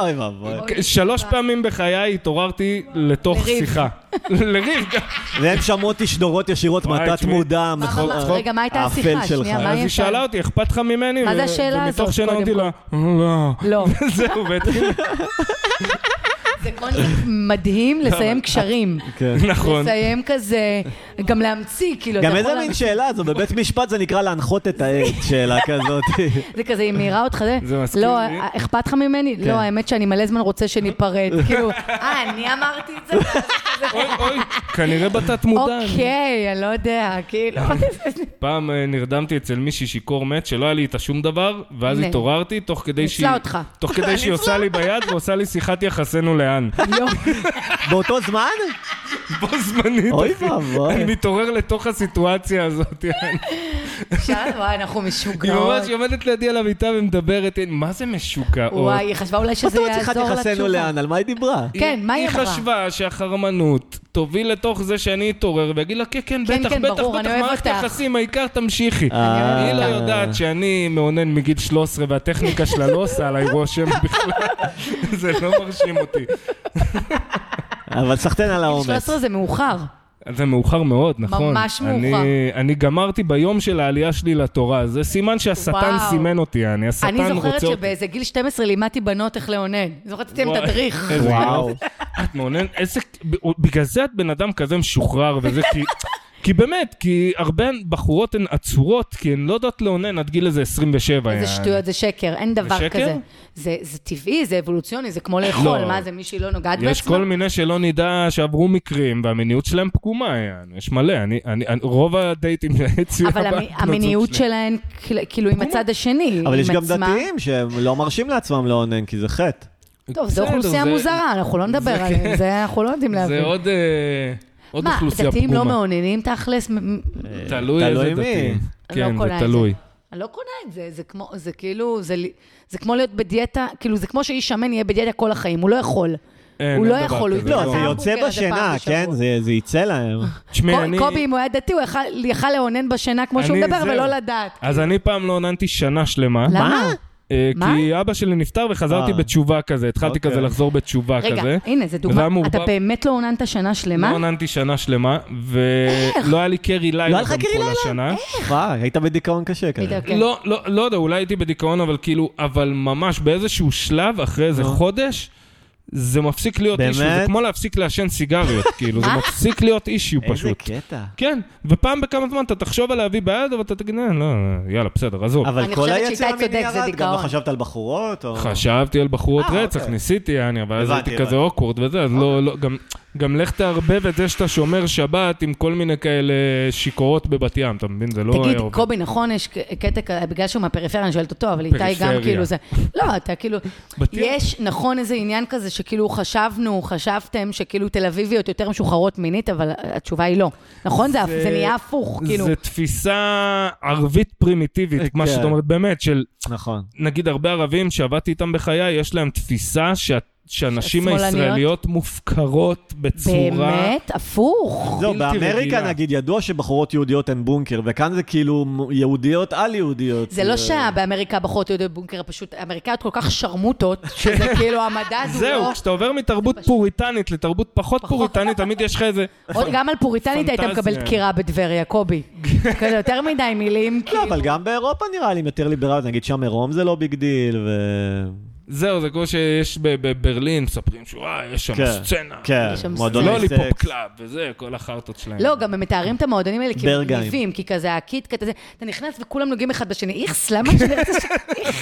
שלוש פעמים בחיי התעוררתי לתוך שיחה. לריב. והם שמעו אותי שדורות ישירות מתת מודע. רגע, מה הייתה השיחה? שנייה, מה אז היא שאלה אותי, אכפת לך ממני? מה זה השאלה הזאת? ומתוך שינה אמרתי לה, לא. לא. זהו, והתחיל. זה קונספט מדהים לסיים קשרים. נכון. לסיים כזה, גם להמציא, כאילו. גם איזה מין שאלה זו, בבית משפט זה נקרא להנחות את העד, שאלה כזאת. זה כזה, היא מהירה אותך, זה? לא, אכפת לך ממני? לא, האמת שאני מלא זמן רוצה שניפרד. כאילו, אה, אני אמרתי את זה? אוי, אוי, כנראה בתת מודע. אוקיי, אני לא יודע, כאילו. פעם נרדמתי אצל מישהי שיקור מת, שלא היה לי איתה שום דבר, ואז התעוררתי, תוך כדי שהיא... ניצלה אותך. תוך כדי שהיא עושה לי ביד, ועושה לי שיחת יחסנו לאן. באותו זמן? בו זמנית. אוי ואבוי. אני מתעורר לתוך הסיטואציה הזאת. וואי, אנחנו משוגעות. היא ממש עומדת לידי על המיטה ומדברת, מה זה משוגעות? וואי, היא חשבה אולי שזה יעזור לתשובה. יחסנו לאן, על מה היא דיברה? כן, מה היא אמרה? היא חשבה שהחרמנות תוביל לתוך זה שאני אתעורר, ויגיד לה, כן, כן, בטח, בטח, בטח, מערכת יחסים, העיקר תמשיכי. היא לא יודעת שאני מעונן מגיל שלוש עשרה, והטכניקה שלה לא עושה עליי רושם בכלל. זה לא מרשים אותי. אבל סחטן על האומץ. שלוש עשרה זה מאוחר. זה מאוחר מאוד, נכון. ממש מאוחר. אני, אני גמרתי ביום של העלייה שלי לתורה. זה סימן שהשטן סימן אותי. אני, השטן רוצה אותי. אני זוכרת שבאיזה גיל שתים עשרה לימדתי בנות איך לעונן. זוכרת אתם תדריך. וואו. את מעונן, איזה... בגלל זה את בן אדם כזה משוחרר, וזה כי... כי באמת, כי הרבה בחורות הן עצורות, כי הן לא יודעות לעונן עד גיל איזה עשרים ושבע. איזה שטויות, זה שקר, אין דבר כזה. זה, זה טבעי, זה אבולוציוני, זה כמו לאכול, מה זה, מישהי לא נוגעת בעצמה? יש כל מיני שלא נדע שעברו מקרים, והמיניות שלהם פקומה, יש מלא, אני, אני, רוב הדייטים שהציעו... אבל המיניות שלהם, כאילו, עם הצד השני, אבל יש גם דתיים שהם לא מרשים לעצמם לעונן, כי זה חטא. טוב, זו אוכלוסייה מוזרה, אנחנו לא נדבר עליהם, זה אנחנו לא יודעים להבין. זה עוד... עוד אוכלוסייה פגומה. מה, דתיים לא מעוננים תכלס? תלוי איזה דתיים. כן, זה תלוי. אני לא קונה את זה, זה כמו, זה כאילו, זה כמו להיות בדיאטה, כאילו זה כמו שאיש שמן יהיה בדיאטה כל החיים, הוא לא יכול. הוא לא יכול, הוא לא, זה יוצא בשינה, כן? זה יצא להם. קובי, אם הוא היה דתי, הוא יכל לעונן בשינה כמו שהוא מדבר, ולא לדעת. אז אני פעם לא עוננתי שנה שלמה. למה? כי אבא שלי נפטר וחזרתי בתשובה כזה, התחלתי כזה לחזור בתשובה כזה. רגע, הנה, זו דוגמה, אתה באמת לא עוננת שנה שלמה? לא עוננתי שנה שלמה, ולא היה לי קרי לילה גם כל השנה. איך? היית בדיכאון קשה כזה. לא, לא יודע, אולי הייתי בדיכאון, אבל כאילו, אבל ממש באיזשהו שלב, אחרי איזה חודש, זה מפסיק להיות אישו, זה כמו להפסיק לעשן סיגריות, כאילו, זה מפסיק להיות אישו פשוט. איזה קטע. כן, ופעם בכמה זמן אתה תחשוב על להביא ביד, אבל אתה תגיד, לא, יאללה, בסדר, עזוב. אבל כל היציאה מיני ירד, גם לא חשבת על בחורות? חשבתי על בחורות רצח, ניסיתי, אבל אז הייתי כזה אוקוורד וזה, אז לא, גם... גם לך תערבב את זה שאתה שומר שבת עם כל מיני כאלה שיקורות בבת ים, אתה מבין? זה לא... תגיד, קובי, נכון, יש קטע, בגלל שהוא מהפריפריה, אני שואלת אותו, אבל איתי גם כאילו זה... לא, אתה כאילו... יש, נכון, איזה עניין כזה שכאילו חשבנו, חשבתם שכאילו תל אביביות יותר משוחררות מינית, אבל התשובה היא לא. נכון? זה נהיה הפוך, כאילו... זה תפיסה ערבית פרימיטיבית, מה שאת אומרת, באמת, של... נכון. נגיד, הרבה ערבים שעבדתי איתם בחיי, יש להם תפיסה שאת שהנשים הישראליות מופקרות בצורה... באמת? הפוך. זהו, באמריקה נגיד ידוע שבחורות יהודיות הן בונקר, וכאן זה כאילו יהודיות על יהודיות. זה לא שבאמריקה בחורות יהודיות בונקר, פשוט אמריקאיות כל כך שרמוטות, שזה כאילו המדד הוא לא... זהו, כשאתה עובר מתרבות פוריטנית לתרבות פחות פוריטנית, תמיד יש לך איזה... גם על פוריטנית היית מקבל דקירה בדבריה, קובי. יותר מדי מילים כאילו... לא, אבל גם באירופה נראה לי יותר ליברליות, נגיד שם עירום זה לא ביג דיל, ו... זהו, זה כמו שיש בברלין, מספרים שואה, יש שם סצנה. כן, מועדוני סקס. לא ליפופ קלאב, וזה, כל החרטות שלהם. לא, גם הם מתארים את המועדונים האלה כמגניבים, כי כזה הקיט, אתה נכנס וכולם נוגעים אחד בשני, איכס, למה שאני רוצה ש...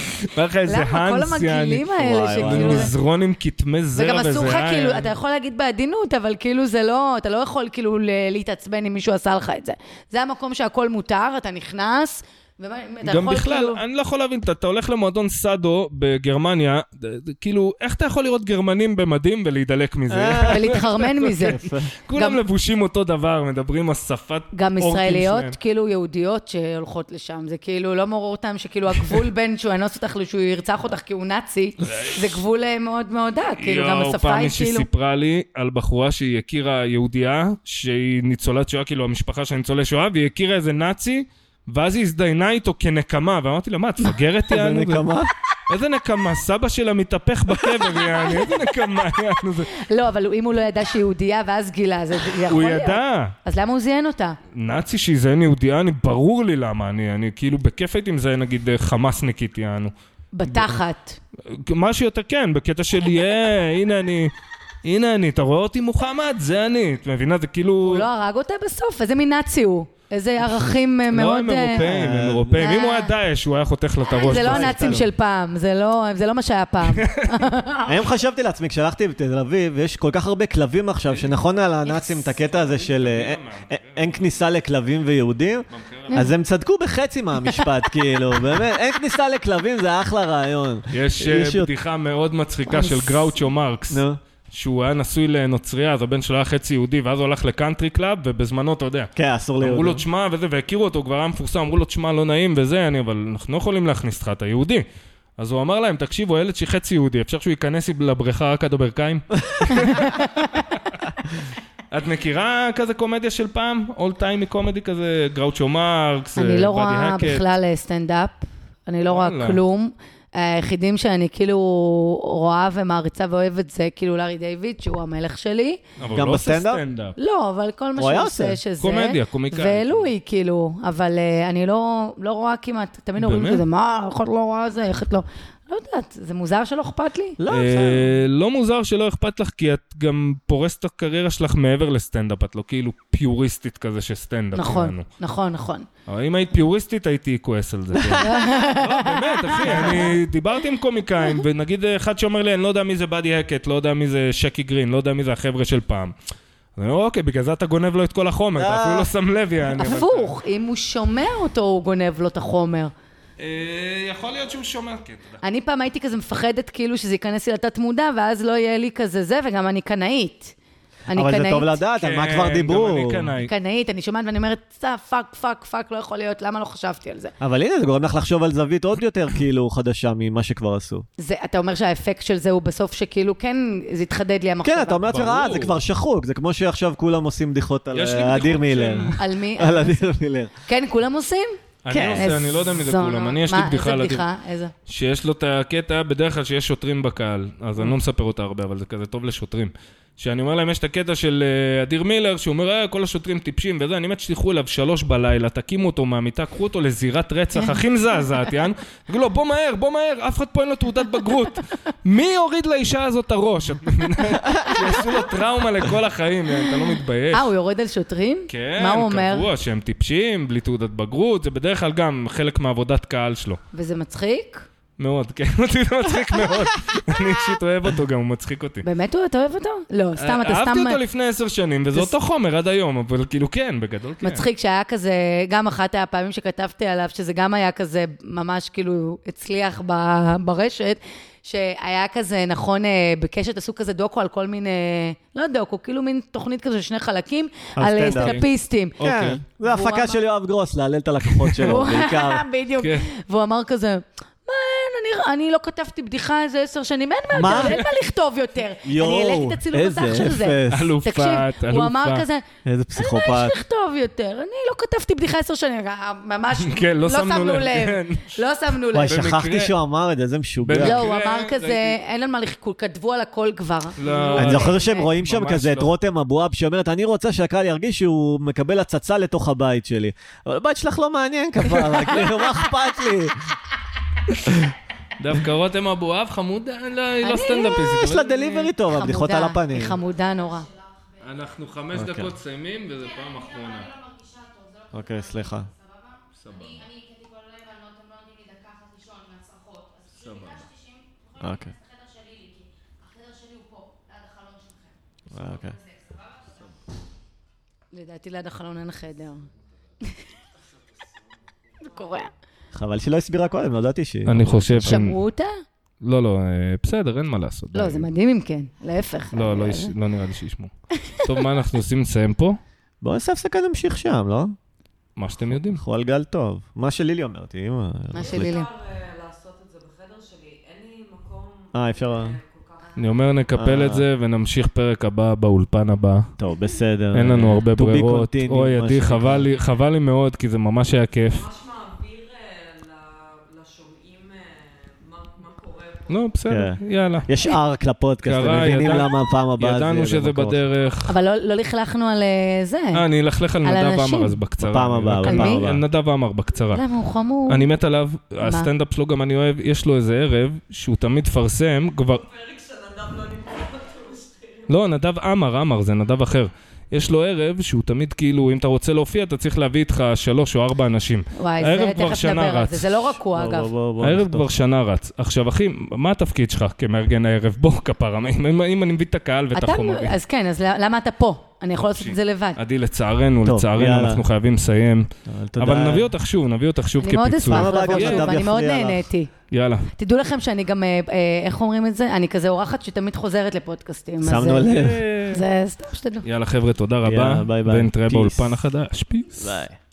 למה? כל המגעילים האלה שכאילו... מזרון עם כתמי זרע וזה... וגם אסור לך כאילו, אתה יכול להגיד בעדינות, אבל כאילו זה לא, אתה לא יכול כאילו להתעצבן אם מישהו עשה לך את זה. זה המקום שהכל מותר, אתה נכנס... גם בכלל, אני לא יכול להבין, אתה הולך למועדון סאדו בגרמניה, כאילו, איך אתה יכול לראות גרמנים במדים ולהידלק מזה? ולהתחרמן מזה. כולם לבושים אותו דבר, מדברים השפת אורקים שלהם. גם ישראליות, כאילו יהודיות שהולכות לשם, זה כאילו לא מורר אותם, שכאילו הגבול בין שהוא אנוס אותך שהוא ירצח אותך כי הוא נאצי, זה גבול מאוד מאוד דק, כאילו גם השפה היא כאילו... פעם מישהי סיפרה לי על בחורה שהיא הכירה יהודייה, שהיא ניצולת שואה, כאילו המשפחה של ניצולי שואה, והיא הכירה איזה נאצי, ואז היא הזדיינה איתו כנקמה, ואמרתי לה, מה, את פגרת יענו? איזה נקמה? איזה נקמה? סבא שלה מתהפך בקבר יענו, איזה נקמה יענו זה? לא, אבל אם הוא לא ידע שהיא יהודייה, ואז גילה, זה יכול להיות. הוא ידע. אז למה הוא זיין אותה? נאצי שיזיין יהודייה, אני ברור לי למה, אני, אני כאילו בכיף הייתי עם זה, נגיד, חמאסניקית יענו. בתחת. משהו יותר כן, בקטע שלי, אה, הנה אני... הנה אני, אתה רואה אותי מוחמד? זה אני. את מבינה, זה כאילו... הוא לא הרג אותה בסוף, איזה מין נאצי הוא. איזה ערכים מאוד... לא, הם אירופאים, הם אירופאים. אם הוא היה דאעש, הוא היה חותך לה את הראש. זה לא הנאצים של פעם, זה לא מה שהיה פעם. היום חשבתי לעצמי, כשהלכתי בתל אביב, יש כל כך הרבה כלבים עכשיו, שנכון על הנאצים את הקטע הזה של אין כניסה לכלבים ויהודים, אז הם צדקו בחצי מהמשפט, כאילו, באמת, אין כניסה לכלבים, זה אחלה רעיון. יש בדיחה מאוד מצחיקה של גראוצ'ו מרקס. שהוא היה נשוי לנוצריה, אז הבן שלו היה חצי יהודי, ואז הוא הלך לקאנטרי קלאב, ובזמנו, אתה יודע. כן, אסור ליהודי. אמרו לו תשמע וזה, והכירו אותו, הוא כבר היה מפורסם, אמרו לו תשמע לא נעים וזה, אני, אבל אנחנו לא יכולים להכניס לך את היהודי. אז הוא אמר להם, תקשיבו, הילד שהיא חצי יהודי, אפשר שהוא ייכנס לבריכה רק עד הברכיים? את מכירה כזה קומדיה של פעם? אול טיימי קומדי כזה, גראוצ'ו מרקס, אני לא רואה בכלל סטנדאפ, אני לא רואה כלום. היחידים שאני כאילו רואה ומעריצה ואוהבת זה כאילו לארי דיוויד, שהוא המלך שלי. אבל גם לא בסטנדאפ? לא, אבל כל מה שהוא עושה שזה... קומדיה, קומיקאי. ואלוהי כאילו, אבל אני לא רואה כמעט, תמיד אומרים כזה, מה, איך את לא רואה זה, איך את לא... לא יודעת, זה מוזר שלא אכפת לי? לא, לא מוזר שלא אכפת לך, כי את גם פורסת את הקריירה שלך מעבר לסטנדאפ, את לא כאילו פיוריסטית כזה שסטנדאפ. נכון, נכון, נכון. אבל אם היית פיוריסטית, הייתי כועס על זה. לא, באמת, אחי, אני דיברתי עם קומיקאים, ונגיד אחד שאומר לי, אני לא יודע מי זה בדי הקט, לא יודע מי זה שקי גרין, לא יודע מי זה החבר'ה של פעם. אז אני אומר, אוקיי, בגלל זה אתה גונב לו את כל החומר, אתה אפילו לא שם לב, יעני. הפוך, אם הוא שומע אותו, הוא גונב לו את החומר. יכול להיות שהוא שומע, כן, תודה. אני פעם הייתי כזה מפחדת כאילו שזה ייכנס לי לתת מודע, ואז לא יהיה לי כזה זה, וגם אני קנאית. אבל זה טוב לדעת, על מה כבר דיברו. גם אני קנאית. קנאית, אני שומעת ואני אומרת, פאק, פאק, פאק, לא יכול להיות, למה לא חשבתי על זה? אבל הנה, זה גורם לך לחשוב על זווית עוד יותר כאילו חדשה ממה שכבר עשו. אתה אומר שהאפקט של זה הוא בסוף שכאילו כן, זה התחדד לי המחשבה. כן, אתה אומר לעצמך, אה, זה כבר שחוק, זה כמו שעכשיו כולם עושים בדיחות על אדיר מילר. על מי? על אדיר מילר. כן, כולם עושים? אני לא יודע מי זה כולם, אני יש לי בדיחה איזה בדיחה? איזה? שיש לו את הקטע, בדרך כלל שיש שוטרים בקהל, אז אני לא מספר אותה הרבה, אבל זה כזה טוב לשוטרים. שאני אומר להם, יש את הקטע של אדיר מילר, שהוא אומר, אה, כל השוטרים טיפשים וזה, אני מת שתלכו אליו שלוש בלילה, תקימו אותו מהמיטה, קחו אותו לזירת רצח, הכי מזעזעת, יען? תגידו לו, בוא מהר, בוא מהר, אף אחד פה אין לו תעודת בגרות. מי הוריד לאישה הזאת את הראש? שיעשו לו טראומה לכל החיים, אתה לא מתבייש. אה, הוא יורד על שוטרים? כן, מה הוא אומר? קבוע שהם טיפשים, בלי תעודת בגרות, זה בדרך כלל גם חלק מעבודת קהל שלו. וזה מצחיק? מאוד, כן, אותי זה מצחיק מאוד. אני אישית אוהב אותו גם, הוא מצחיק אותי. באמת הוא, אתה אוהב אותו? לא, סתם, אתה סתם... אהבתי אותו לפני עשר שנים, וזה אותו חומר עד היום, אבל כאילו כן, בגדול כן. מצחיק שהיה כזה, גם אחת הפעמים שכתבתי עליו, שזה גם היה כזה ממש כאילו הצליח ברשת, שהיה כזה, נכון, בקשת עשו כזה דוקו על כל מיני, לא דוקו, כאילו מין תוכנית כזה, שני חלקים, על סטנדאפיסטים. כן, זה הפקה של יואב גרוס, להלל את הלקוחות שלו, בעיקר. בדיוק. והוא אמר כזה, מה, אני לא כתבתי בדיחה איזה עשר שנים, אין מה לכתוב יותר. אני העליתי את הצילום מסך של זה. אלופת, אלופת. הוא אמר כזה, איזה פסיכופת. אין מה יש לכתוב יותר, אני לא כתבתי בדיחה עשר שנים, ממש לא שמנו לב. לא שמנו לב. וואי, שכחתי שהוא אמר את זה, זה משוגע. לא, הוא אמר כזה, אין על מה לחכות, כתבו על הכל כבר. אני זוכר שהם רואים שם כזה את רותם אבואב, שאומרת, אני רוצה שהקהל ירגיש שהוא מקבל הצצה לתוך הבית שלי. אבל הבית שלך לא מעניין כבר, כאילו, מה אכפת לי? דווקא רותם אבואב חמודה, היא לא סטנדאפיסט. יש לה דליברי טוב, הבדיחות על הפנים. היא חמודה נורא. אנחנו חמש דקות סיימים, וזה פעם אחרונה. אוקיי, סליחה. סבבה. אני הייתי כל הלב, אני לא נותנים לי דקה אחת לישון מהצרחות. אז סבבה. ביקשתי שאם יכולים אוקיי. להיכנס לחדר שלי, כי החדר שלי הוא פה, ליד החלון שלכם. אוקיי. לדעתי ליד החלון אין חדר. זה קורה. חבל שלא הסבירה קודם, לא ידעתי שהיא... אני חושב... שמעו אותה? לא, לא, בסדר, אין מה לעשות. לא, זה מדהים אם כן, להפך. לא, לא נראה לי שישמעו. טוב, מה אנחנו עושים? נסיים פה? בואו נעשה הפסקה נמשיך שם, לא? מה שאתם יודעים. אנחנו על גל טוב. מה שלילי אומרת, אמא. מה שלילי. אפשר לעשות את זה בחדר שלי, אין לי מקום... אה, אפשר... אני אומר, נקפל את זה ונמשיך פרק הבא באולפן הבא. טוב, בסדר. אין לנו הרבה ברירות. אוי, עדי, חבל לי מאוד, כי זה ממש היה כיף. ממש מעביר לשומעים מה קורה פה. לא, בסדר, יאללה. יש ארק לפודקאסט, אתם מבינים למה הפעם הבאה זה... ידענו שזה בדרך. אבל לא לכלכנו על זה. אה, אני אלכלך על נדב אמר אז בקצרה. בפעם הבאה, בפעם הבאה. על נדב אמר בקצרה. למה הוא חמור? אני מת עליו, הסטנדאפ שלו גם אני אוהב, יש לו איזה ערב שהוא תמיד פרסם, כבר... לא, נדב אמר, אמר, זה נדב אחר. יש לו ערב שהוא תמיד כאילו, אם אתה רוצה להופיע, אתה צריך להביא איתך שלוש או ארבע אנשים. וואי, זה תכף נדבר על זה, זה לא רק הוא אגב. הערב כבר שנה רץ. עכשיו, אחי, מה התפקיד שלך כמארגן הערב? בוא, כפרה, אם אני מביא את הקהל ואת החומרים. אז כן, אז למה אתה פה? אני יכול לעשות את זה לבד. עדי, לצערנו, לצערנו, אנחנו חייבים לסיים. אבל נביא אותך שוב, נביא אותך שוב כפיצוי. אני מאוד אשמח לבוא שוב, אני מאוד נהניתי. יאללה. תדעו לכם שאני גם, איך אומרים את זה? אני כזה אורחת שתמיד חוזרת לפודקאסטים. שמנו לב. זה סתם שתדעו. יאללה חבר'ה, תודה רבה. ונתראה באולפן החדש. פיס. ביי.